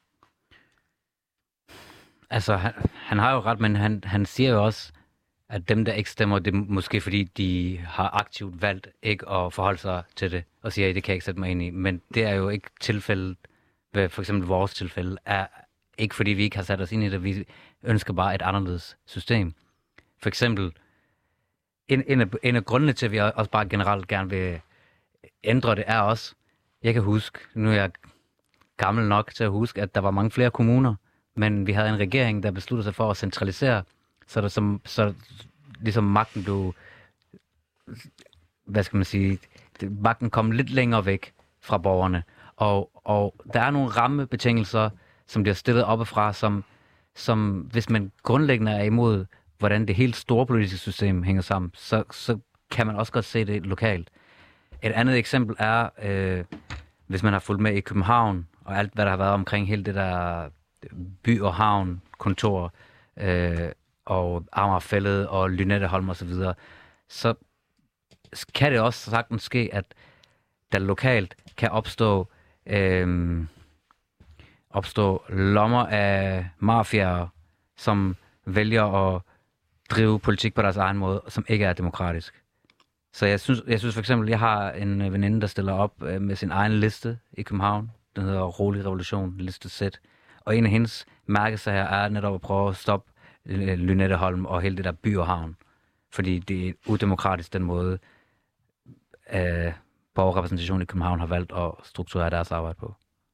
Altså, han, han har jo ret, men han, han siger jo også, at dem, der ikke stemmer, det er måske fordi, de har aktivt valgt ikke at forholde sig til det, og siger, at det kan jeg ikke sætte mig ind i. Men det er jo ikke tilfældet, ved for eksempel vores tilfælde, er ikke fordi, vi ikke har sat os ind i det, vi ønsker bare et anderledes system. For eksempel, en, en, af, en af grundene til, at vi også bare generelt gerne vil ændre det, er også, jeg kan huske, nu er jeg gammel nok til at huske, at der var mange flere kommuner, men vi havde en regering, der besluttede sig for at centralisere, så der som, så ligesom magten blev, hvad skal man sige, magten kom lidt længere væk fra borgerne. Og, og der er nogle rammebetingelser, som bliver stillet oppefra, som, som hvis man grundlæggende er imod, hvordan det helt store politiske system hænger sammen, så, så kan man også godt se det lokalt. Et andet eksempel er, øh, hvis man har fulgt med i København, og alt, hvad der har været omkring hele det der by- og havn-kontor, øh, og Amagerfælled og Lynetteholm og så videre, så kan det også sagtens ske, at der lokalt kan opstå øh, opstå lommer af mafiaer, som vælger at drive politik på deres egen måde, som ikke er demokratisk. Så jeg synes, jeg synes for eksempel, jeg har en veninde, der stiller op øh, med sin egen liste i København. Den hedder Rolig Revolution, liste Z. Og en af hendes mærkesager er netop at prøve at stoppe Lynetteholm og hele det der by og havn. Fordi det er udemokratisk den måde, øh, borgerrepræsentationen i København har valgt at strukturere deres arbejde på.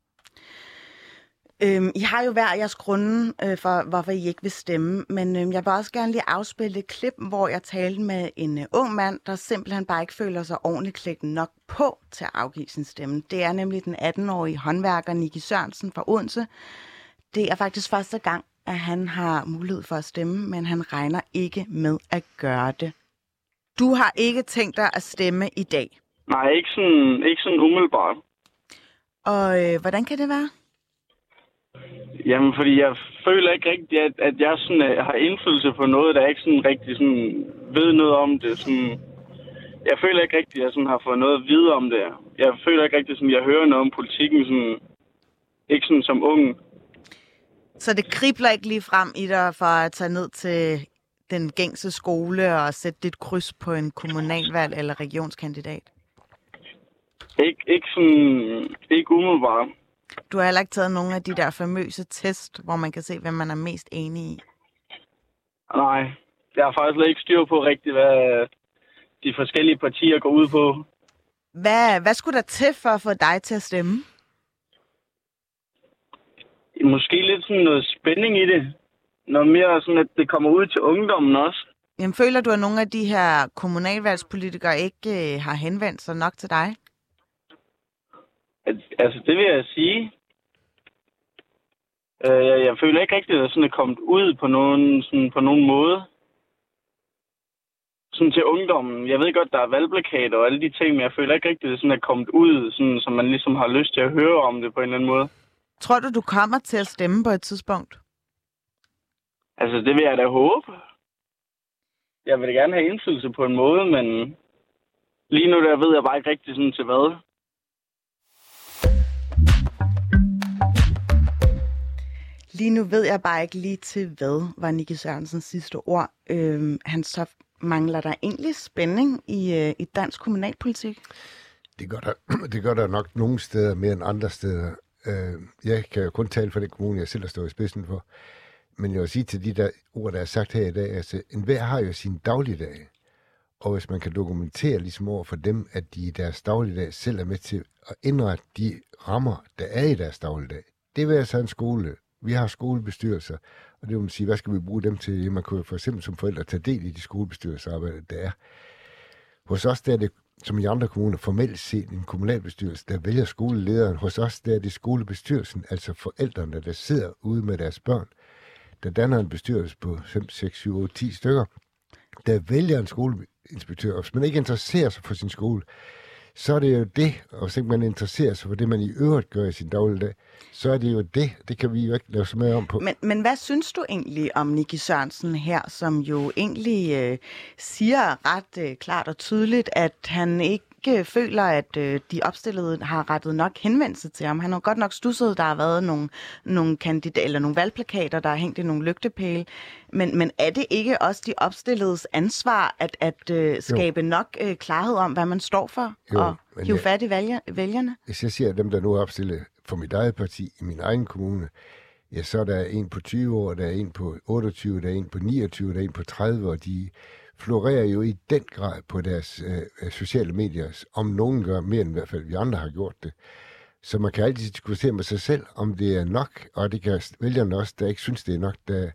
Øhm, I har jo hver jeres grunde øh, for, hvorfor I ikke vil stemme, men øh, jeg vil også gerne lige afspille et klip, hvor jeg talte med en øh, ung mand, der simpelthen bare ikke føler sig ordentligt klædt nok på til at afgive sin stemme. Det er nemlig den atten-årige håndværker Nicky Sørensen fra Odense. Det er faktisk første gang, at han har mulighed for at stemme, men han regner ikke med at gøre det. Du har ikke tænkt dig at stemme i dag? Nej, ikke sådan, ikke sådan umiddelbart. Og øh, hvordan kan det være? Jamen, fordi jeg føler ikke rigtigt, at, at jeg sådan, uh, har indflydelse på noget, der ikke sådan rigtig sådan, ved noget om det. Sådan, jeg føler ikke rigtigt, at jeg sådan, har fået noget at vide om det. Jeg føler ikke rigtigt, at jeg hører noget om politikken, sådan, ikke sådan som ung. Så det kribler ikke lige frem i dig for at tage ned til den gængse skole og sætte dit kryds på en kommunalvalg eller regionskandidat? Ikke, ikke sådan, ikke umiddelbart. Du har heller ikke taget nogle af de der famøse test, hvor man kan se, hvem man er mest enig i? Nej, jeg har faktisk slet ikke styr på rigtigt, hvad de forskellige partier går ud på. Hvad, hvad skulle der til for at få dig til at stemme? Måske lidt sådan noget spænding i det. Noget mere sådan, at det kommer ud til ungdommen også. Jamen, føler du, at nogle af de her kommunalvalgspolitikere ikke øh, har henvendt sig nok til dig? Altså, det vil jeg sige. Øh, jeg, jeg føler ikke rigtigt, at sådan er kommet ud på nogen, sådan på nogen måde. Sådan til ungdommen. Jeg ved godt, der er valgplakater og alle de ting, men jeg føler ikke rigtigt, at det sådan er kommet ud, sådan, så man ligesom har lyst til at høre om det på en eller anden måde. Tror du, du kommer til at stemme på et tidspunkt? Altså, det vil jeg da håbe. Jeg vil da gerne have indflydelse på en måde, men lige nu der ved jeg bare ikke rigtig sådan til hvad. Lige nu ved jeg bare ikke lige til hvad, var Nicky Sørensens sidste ord. Øhm, han så mangler der egentlig spænding i, øh, i dansk kommunalpolitik? Det gør, der, det gør der nok nogle steder mere end andre steder. Øh, jeg kan jo kun tale for den kommune, jeg selv har stået i spidsen for. Men jeg vil sige til de der ord, der er sagt her i dag, altså enhver har jo sin dagligdag. Og hvis man kan dokumentere ligesom over for dem, at de i deres dagligdag selv er med til at indrette de rammer, der er i deres dagligdag. Det vil altså en skole. Vi har skolebestyrelser, og det vil man sige, hvad skal vi bruge dem til? Man kunne for eksempel som forældre tage del i de skolebestyrelsesarbejder, der er. Hos os der er det, som i andre kommuner, formelt set en kommunalbestyrelse, der vælger skolelederen. Hos os der er det skolebestyrelsen, altså forældrene, der sidder ude med deres børn, der danner en bestyrelse på fem, seks, syv, otte, ti stykker, der vælger en skoleinspektør. Og hvis man ikke interesserer sig for sin skole, så er det jo det, og hvis ikke man interesserer sig for det, man i øvrigt gør i sin dagligdag, så er det jo det. Det kan vi jo ikke lave så meget om på. Men, men hvad synes du egentlig om Nicky Sørensen her, som jo egentlig øh, siger ret øh, klart og tydeligt, at han ikke øh, føler, at øh, de opstillede har rettet nok henvendelse til ham? Han har godt nok stusset, der har været nogle, nogle, kandidater, eller nogle valgplakater, der har hængt i nogle lygtepæle. Men, men er det ikke også de opstilledes ansvar at, at øh, skabe jo. nok øh, klarhed om, hvad man står for, jo, og hive fat i vælger, vælgerne? Hvis jeg siger, at dem, der nu er opstillet for mit eget parti i min egen kommune, ja, så er der en på tyve år, der er en på otteogtyve, der er en på niogtyve, der er en på tredive, og de florerer jo i den grad på deres øh, sociale medier, om nogen gør mere end i hvert fald vi andre har gjort det. Så man kan altid diskutere med sig selv, om det er nok, og det kan vælgerne også, der ikke synes, det er nok, der,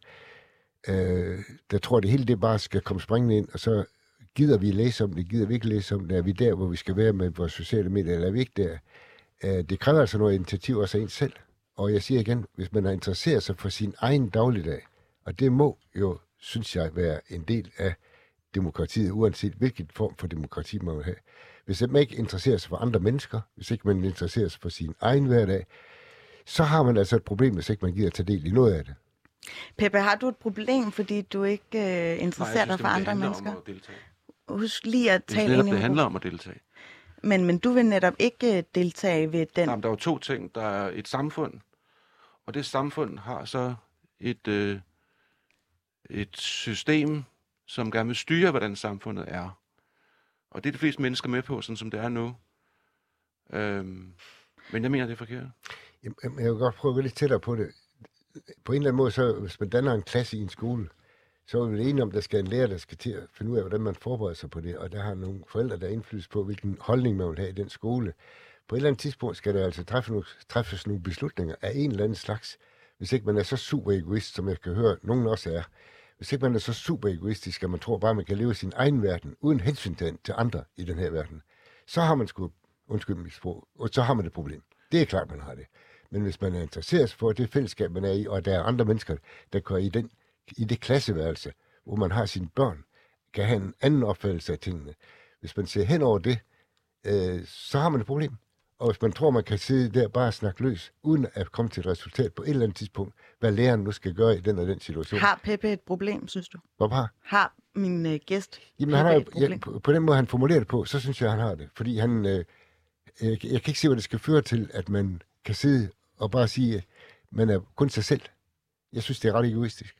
øh, der tror, at det hele det bare skal komme springende ind, og så gider vi læse om det, gider vi ikke læse om det, er vi der, hvor vi skal være med vores sociale medier, eller er vi ikke der? Øh, det kræver altså noget initiativ også af en selv. Og jeg siger igen, hvis man har interesseret sig for sin egen dagligdag, og det må jo, synes jeg, være en del af demokratiet, uanset hvilken form for demokrati man vil have. Hvis man ikke interesserer sig for andre mennesker, hvis ikke man interesserer sig for sin egen hverdag, så har man altså et problem, hvis ikke man gider tage del i noget af det. Peppe, har du et problem, fordi du ikke øh, interesserer dig for andre mennesker? Husk lige at tale ind i det handler om at deltage. Men, men du vil netop ikke deltage ved den... Jamen, der er jo to ting. Der er et samfund, og det samfund har så et, øh, et system, som gerne vil styre, hvordan samfundet er. Og det er de fleste mennesker med på, sådan som det er nu. Øhm, men jeg mener, det er forkert. Jeg, jeg vil godt prøve at gå lidt tættere på det. På en eller anden måde, så hvis man danner en klasse i en skole, så er vi enige om, at der skal en lærer, der skal til at finde ud af, hvordan man forbereder sig på det. Og der har nogle forældre, der er indflydelse på, hvilken holdning man vil have i den skole. På et eller andet tidspunkt skal der altså træffe nogle, træffes nogle beslutninger af en eller anden slags. Hvis ikke man er så super egoist, som jeg kan høre, nogen også er. Hvis ikke man er så super egoistisk, at man tror bare, at man kan leve i sin egen verden, uden hensyn til andre i den her verden, så har man sgu, undskyld mit sprog, og så har man et problem. Det er klart, man har det. Men hvis man er interesseret for det fællesskab, man er i, og der er andre mennesker, der går i, den, i det klasseværelse, hvor man har sine børn, kan have en anden opfattelse af tingene. Hvis man ser hen over det, øh, så har man et problem. Og hvis man tror, man kan sidde der bare og snakke løs, uden at komme til et resultat på et eller andet tidspunkt, hvad læreren nu skal gøre i den og den situation. Har Peppe et problem, synes du? Hvorfor har? Har min øh, gæst Jamen, han har, et problem? Ja, på, på den måde, han formulerer det på, så synes jeg, han har det. Fordi han, øh, jeg, jeg kan ikke se, hvad det skal føre til, at man kan sidde og bare sige, at man er kun sig selv. Jeg synes, det er ret egoistisk.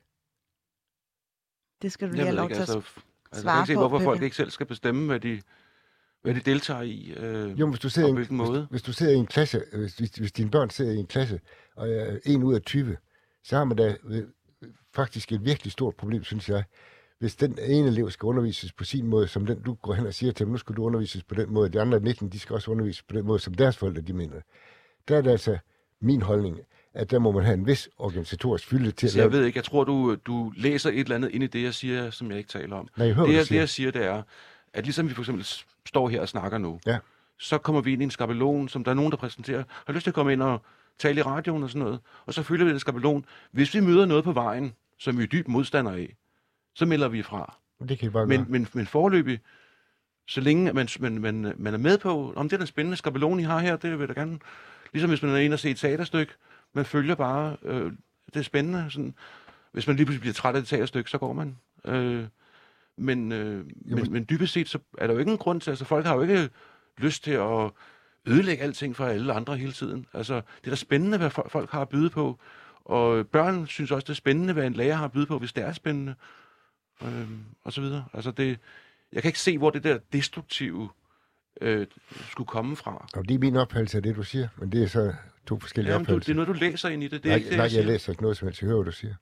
Det skal du lige have lov til at altså, svare jeg kan ikke se, på, hvorfor Peppe. folk ikke selv skal bestemme, hvad de, hvad de deltager i, øh, jo, hvis du sidder og en, hvilken hvis, måde. Hvis du sidder i en klasse, hvis, hvis, hvis dine børn sidder i en klasse, og er en ud af tyve, så har man da øh, faktisk et virkelig stort problem, synes jeg. Hvis den ene elev skal undervises på sin måde, som den du går hen og siger til dem, nu skal du undervises på den måde, de andre nitten, de skal også undervises på den måde, som deres forældre, de mener. Der er det altså min holdning, at der må man have en vis organisatorisk fylde til at lave. Jeg ved ikke, jeg tror, du, du læser et eller andet ind i det, jeg siger, som jeg ikke taler om. Nej, jeg hører, det, jeg, siger. det, jeg siger, det er, at ligesom vi for eksempel står her og snakker nu, ja. så kommer vi ind i en skabelon, som der er nogen, der præsenterer, har lyst til at komme ind og tale i radioen og sådan noget, og så følger vi den skabelon. Hvis vi møder noget på vejen, som vi er dybt modstandere af, så melder vi fra. Det kan I bare men, men, men foreløbig, så længe man, man, man, man er med på, om det er den spændende skabelon, I har her, det vil jeg da gerne. Ligesom hvis man er inde og se et teaterstykke, man følger bare, øh, det er spændende, sådan, Hvis man lige pludselig bliver træt af det teaterstykke, så går man. Øh, men, øh, men, men dybest set, så er der jo ikke en grund til, altså folk har jo ikke lyst til at ødelægge alting for alle andre hele tiden. Altså, det er da spændende, hvad folk har at byde på. Og børn synes også, det er spændende, hvad en lærer har at byde på, hvis det er spændende. Øh, og så videre. Altså, det, jeg kan ikke se, hvor det der destruktive øh, skulle komme fra. Og det er min opfattelse af det, du siger, men det er så to forskellige Jamen, opfattelser. Du, det er noget, du læser ind i det. det er nej, ikke det, nej, jeg, jeg læser ikke noget som helst. Jeg hører, hvad du siger.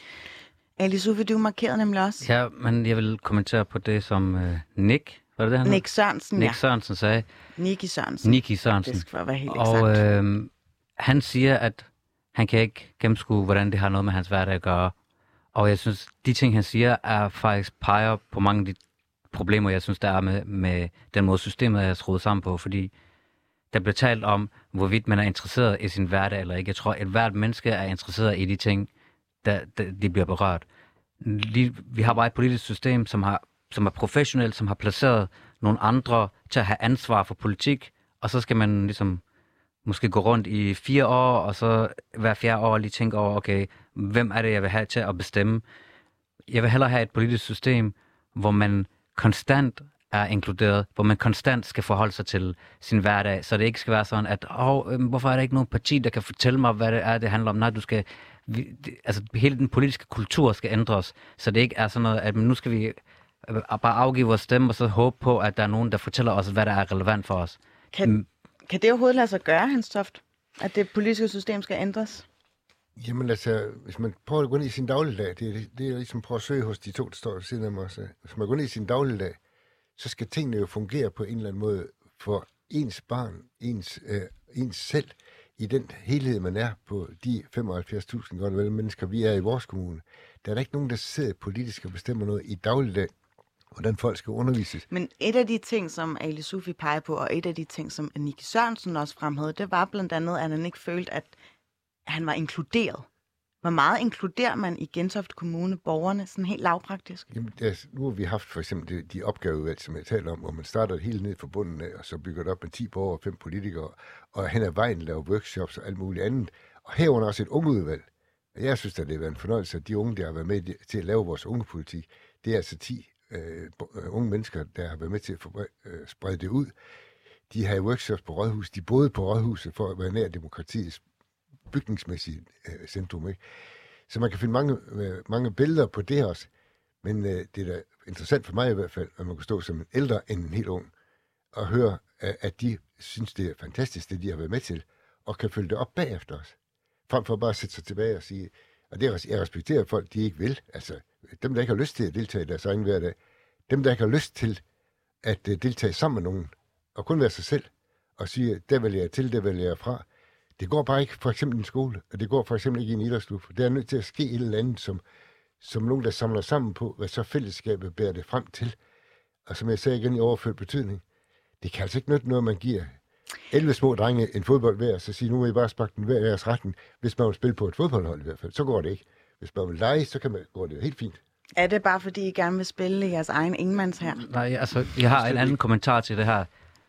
Ali Sufi, du markerede nemlig også. Ja, men jeg vil kommentere på det, som uh, Nick, var det det, han Nick Sørensen, Nick ja. Sørensen sagde. Nicky Sørensen. Nicky Sørensen. Det skal være helt og eksakt. øh, han siger, at han kan ikke gennemskue, hvordan det har noget med hans hverdag at gøre. Og jeg synes, de ting, han siger, er faktisk peger på mange af de problemer, jeg synes, der er med, med den måde, systemet er skruet sammen på. Fordi der bliver talt om, hvorvidt man er interesseret i sin hverdag eller ikke. Jeg tror, at hvert menneske er interesseret i de ting, der, der de bliver berørt. Lige, vi har bare et politisk system, som, har, som er professionelt, som har placeret nogle andre til at have ansvar for politik, og så skal man ligesom måske gå rundt i fire år, og så hver fjerde år lige tænke over, okay, hvem er det, jeg vil have til at bestemme? Jeg vil hellere have et politisk system, hvor man konstant er inkluderet, hvor man konstant skal forholde sig til sin hverdag, så det ikke skal være sådan, at åh, øh, hvorfor er der ikke nogen parti, der kan fortælle mig, hvad det er, det handler om? Nej, du skal, vi, det, altså hele den politiske kultur skal ændres, så det ikke er sådan noget, at nu skal vi øh, bare afgive vores stemme, og så håbe på, at der er nogen, der fortæller os, hvad der er relevant for os. Kan, kan det overhovedet lade sig gøre, Hans Toft? At det politiske system skal ændres? Jamen altså, hvis man prøver at gå ned i sin dagligdag, det er, det er ligesom at prøve at søge hos de to, der står ved siden af mig også. Hvis man går ned i sin dagligdag, så skal tingene jo fungere på en eller anden måde for ens barn, ens, øh, ens selv, i den helhed, man er på de femoghalvfjerds tusind godt vel mennesker, vi er i vores kommune. Der er der ikke nogen, der sidder politisk og bestemmer noget i dagligdag, hvordan folk skal undervises. Men et af de ting, som Ali Sufi peger på, og et af de ting, som Nicky Sørensen også fremhævede, det var blandt andet, at han ikke følte, at han var inkluderet. Hvor meget inkluderer man i Gentofte Kommune borgerne, sådan helt lavpraktisk? Jamen, altså, nu har vi haft for eksempel de, de opgaveudvalg, som jeg taler om, hvor man starter helt ned fra bunden af, og så bygger det op med ti borgere og fem politikere, og hen ad vejen laver workshops og alt muligt andet. Og herunder også et ungeudvalg. Jeg synes, at det har været en fornøjelse, at de unge, der har været med til at lave vores ungepolitik, det er altså ti øh, unge mennesker, der har været med til at forbre- øh, sprede det ud. De har workshops på Rådhus. De boede på Rådhuset for at være nær demokratiets bygningsmæssige øh, centrum, ikke? Så man kan finde mange, øh, mange billeder på det også. Men øh, det er da interessant for mig i hvert fald, at man kan stå som en ældre end en helt ung, og høre, at, at de synes, det er fantastisk, det de har været med til, og kan følge det op bagefter os. Frem for bare at sætte sig tilbage og sige, og det er, jeg respekterer folk, de ikke vil. Altså, dem, der ikke har lyst til at deltage i deres egen hverdag, dem, der ikke har lyst til at uh, deltage sammen med nogen, og kun være sig selv, og sige, der vælger jeg til, der vælger jeg fra. Det går bare ikke for eksempel i en skole, og det går for eksempel ikke i en idrætsklub. Det er nødt til at ske et eller andet, som, som nogen, der samler sammen på, hvad så fællesskabet bærer det frem til. Og som jeg sagde igen i overført betydning, det kan altså ikke nytte noget, man giver elleve små drenge en fodbold hver, så siger nu må I bare sparke den hver deres retten, hvis man vil spille på et fodboldhold i hvert fald. Så går det ikke. Hvis man vil lege, så kan man, går det jo helt fint. Er det bare, fordi I gerne vil spille i jeres egen ingenmands her? Nej, altså, jeg har en anden kommentar til det her.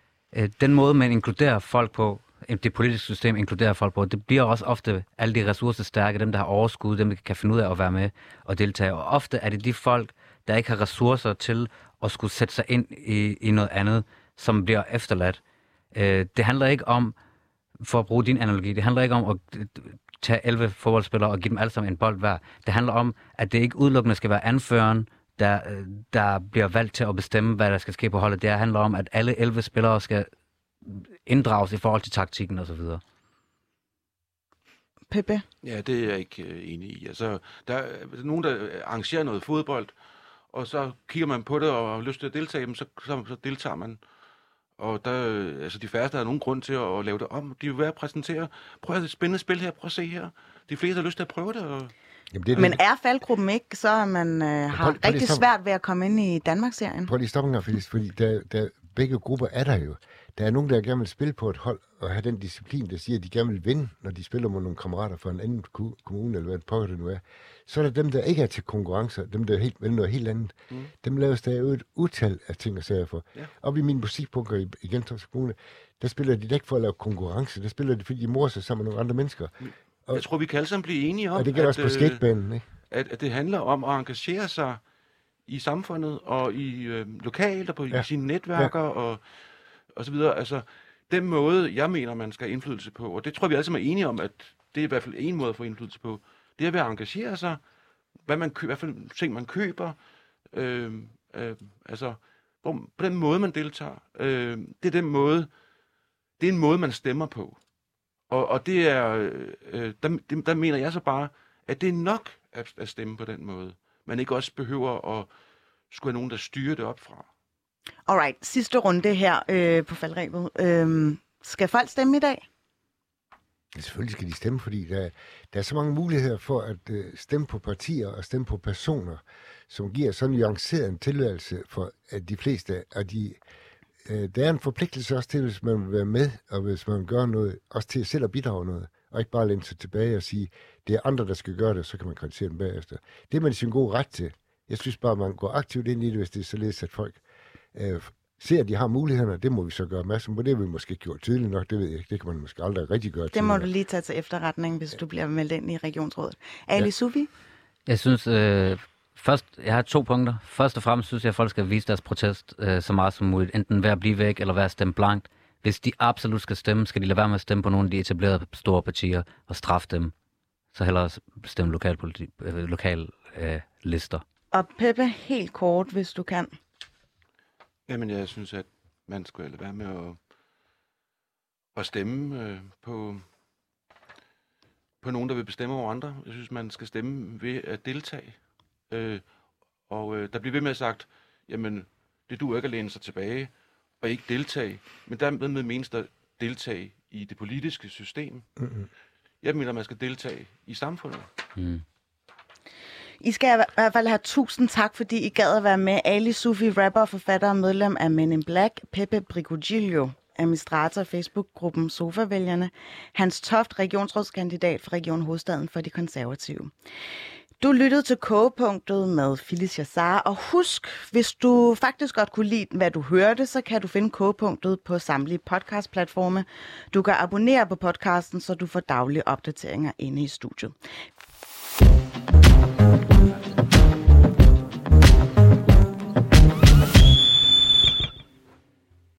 Den måde, man inkluderer folk på, det politiske system inkluderer folk på, det bliver også ofte alle de ressourcestærke, dem der har overskud, dem der kan finde ud af at være med og deltage. Og ofte er det de folk, der ikke har ressourcer til at skulle sætte sig ind i, i noget andet, som bliver efterladt. Det handler ikke om, for at bruge din analogi, det handler ikke om at tage elleve fodboldspillere og give dem alle sammen en bold hver. Det handler om, at det ikke udelukkende skal være anføreren, der, der bliver valgt til at bestemme, hvad der skal ske på holdet. Det handler om, at alle elleve spillere skal inddrages i forhold til taktikken og så videre. Pepe? Ja, det er jeg ikke øh, enig i. Altså, der er nogen, der arrangerer noget fodbold, og så kigger man på det og har lyst til at deltage, så, så, så deltager man. Og der, altså de færreste har nogen grund til at, at lave det om. De vil være at præsentere, prøv at det spændende spil her, prøv at se her. De fleste har lyst til at prøve det. Og... Jamen, det er Men det. er faldgruppen ikke, så er man øh, har prøv, prøv rigtig svært ved at komme ind i Danmarksserien? Prøv lige at stoppe en gang, Felice, fordi der, der, begge grupper er der jo. Der er nogen, der gerne vil spille på et hold, og have den disciplin, der siger, at de gerne vil vinde, når de spiller mod nogle kammerater fra en anden kommune, eller hvad det pokker det nu er. Så er der dem, der ikke er til konkurrencer, dem, der helt, vil noget helt andet. Mm. Dem laves der jo et utal af ting og sager for. Ja. Op i mine musikbunker i, i Gentofte Kommune, der spiller de ikke for at lave konkurrence, der spiller de, fordi de morer sig sammen med nogle andre mennesker. Og, jeg tror, vi kan alle sammen blive enige om, og det gælder også på skatebanen, ikke? at, at det handler om at engagere sig i samfundet og i øh, lokalt og på ja. i sine netværker ja. og, og så videre. Altså, den måde, jeg mener, man skal have indflydelse på, og det tror vi alle sammen er enige om, at det er i hvert fald en måde at få indflydelse på, det er ved at engagere sig, hvad man køber, hvad for ting man køber, øh, øh, altså på den måde, man deltager. Øh, det er den måde, det er en måde, man stemmer på. Og, og det er, øh, der, der mener jeg så bare, at det er nok at, at stemme på den måde. Man ikke også behøver at skulle have nogen, der styrer det op fra. Alright, sidste runde her øh, på faldrebet. Øh, skal folk stemme i dag? Ja, selvfølgelig skal de stemme, fordi der, der er så mange muligheder for at øh, stemme på partier og stemme på personer, som giver sådan en nuanceret en tilværelse for at de fleste af de... Øh, der er en forpligtelse også til, hvis man vil være med, og hvis man gør noget, også til selv at bidrage noget, og ikke bare læne sig tilbage og sige, det er andre, der skal gøre det, så kan man kritisere dem bagefter. Det er man sin god ret til. Jeg synes bare, man går aktivt ind i det, hvis det er således, at folk øh, ser, at de har mulighederne. Det må vi så gøre opmærksom på. Det har vi måske gjort tydeligt nok, det ved jeg ikke. Det kan man måske aldrig rigtig gøre. Det må tydeligt. Du lige tage til efterretning, hvis ja. du bliver meldt ind i regionsrådet. Ali ja. Sufi? Jeg synes, øh, først, jeg har to punkter. Først og fremmest synes jeg, at folk skal vise deres protest øh, så meget som muligt. Enten være at blive væk, eller være at stemme blankt. Hvis de absolut skal stemme, skal de lade være med at stemme på nogle af de etablerede store partier og straffe dem. Så hellere stemme lokal, politi- øh, lokal øh, lister. Og Peppe, helt kort, hvis du kan. Jamen, jeg synes, at man skulle lade være med at, at stemme øh, på, på nogen, der vil bestemme over andre. Jeg synes, man skal stemme ved at deltage. Øh, og øh, der bliver ved med at sagt, jamen, det duer ikke at læne sig tilbage og ikke deltage. Men dermed menes der deltage i det politiske system. Mm-hmm. Jeg mener, man skal deltage i samfundet. Mm. I skal i hvert fald have tusind tak, fordi I gad at være med. Ali Sufi, rapper og forfatter og medlem af Men in Black. Peppe Brigogilio, administrator af Facebook-gruppen Sofa-vælgerne. Hans Toft, regionsrådskandidat for Region Hovedstaden for de konservative. Du lyttede til Kogepunktet med Phyllis Jassar, og husk, hvis du faktisk godt kunne lide, hvad du hørte, så kan du finde Kogepunktet på samtlige podcastplatforme. Du kan abonnere på podcasten, så du får daglige opdateringer inde i studiet.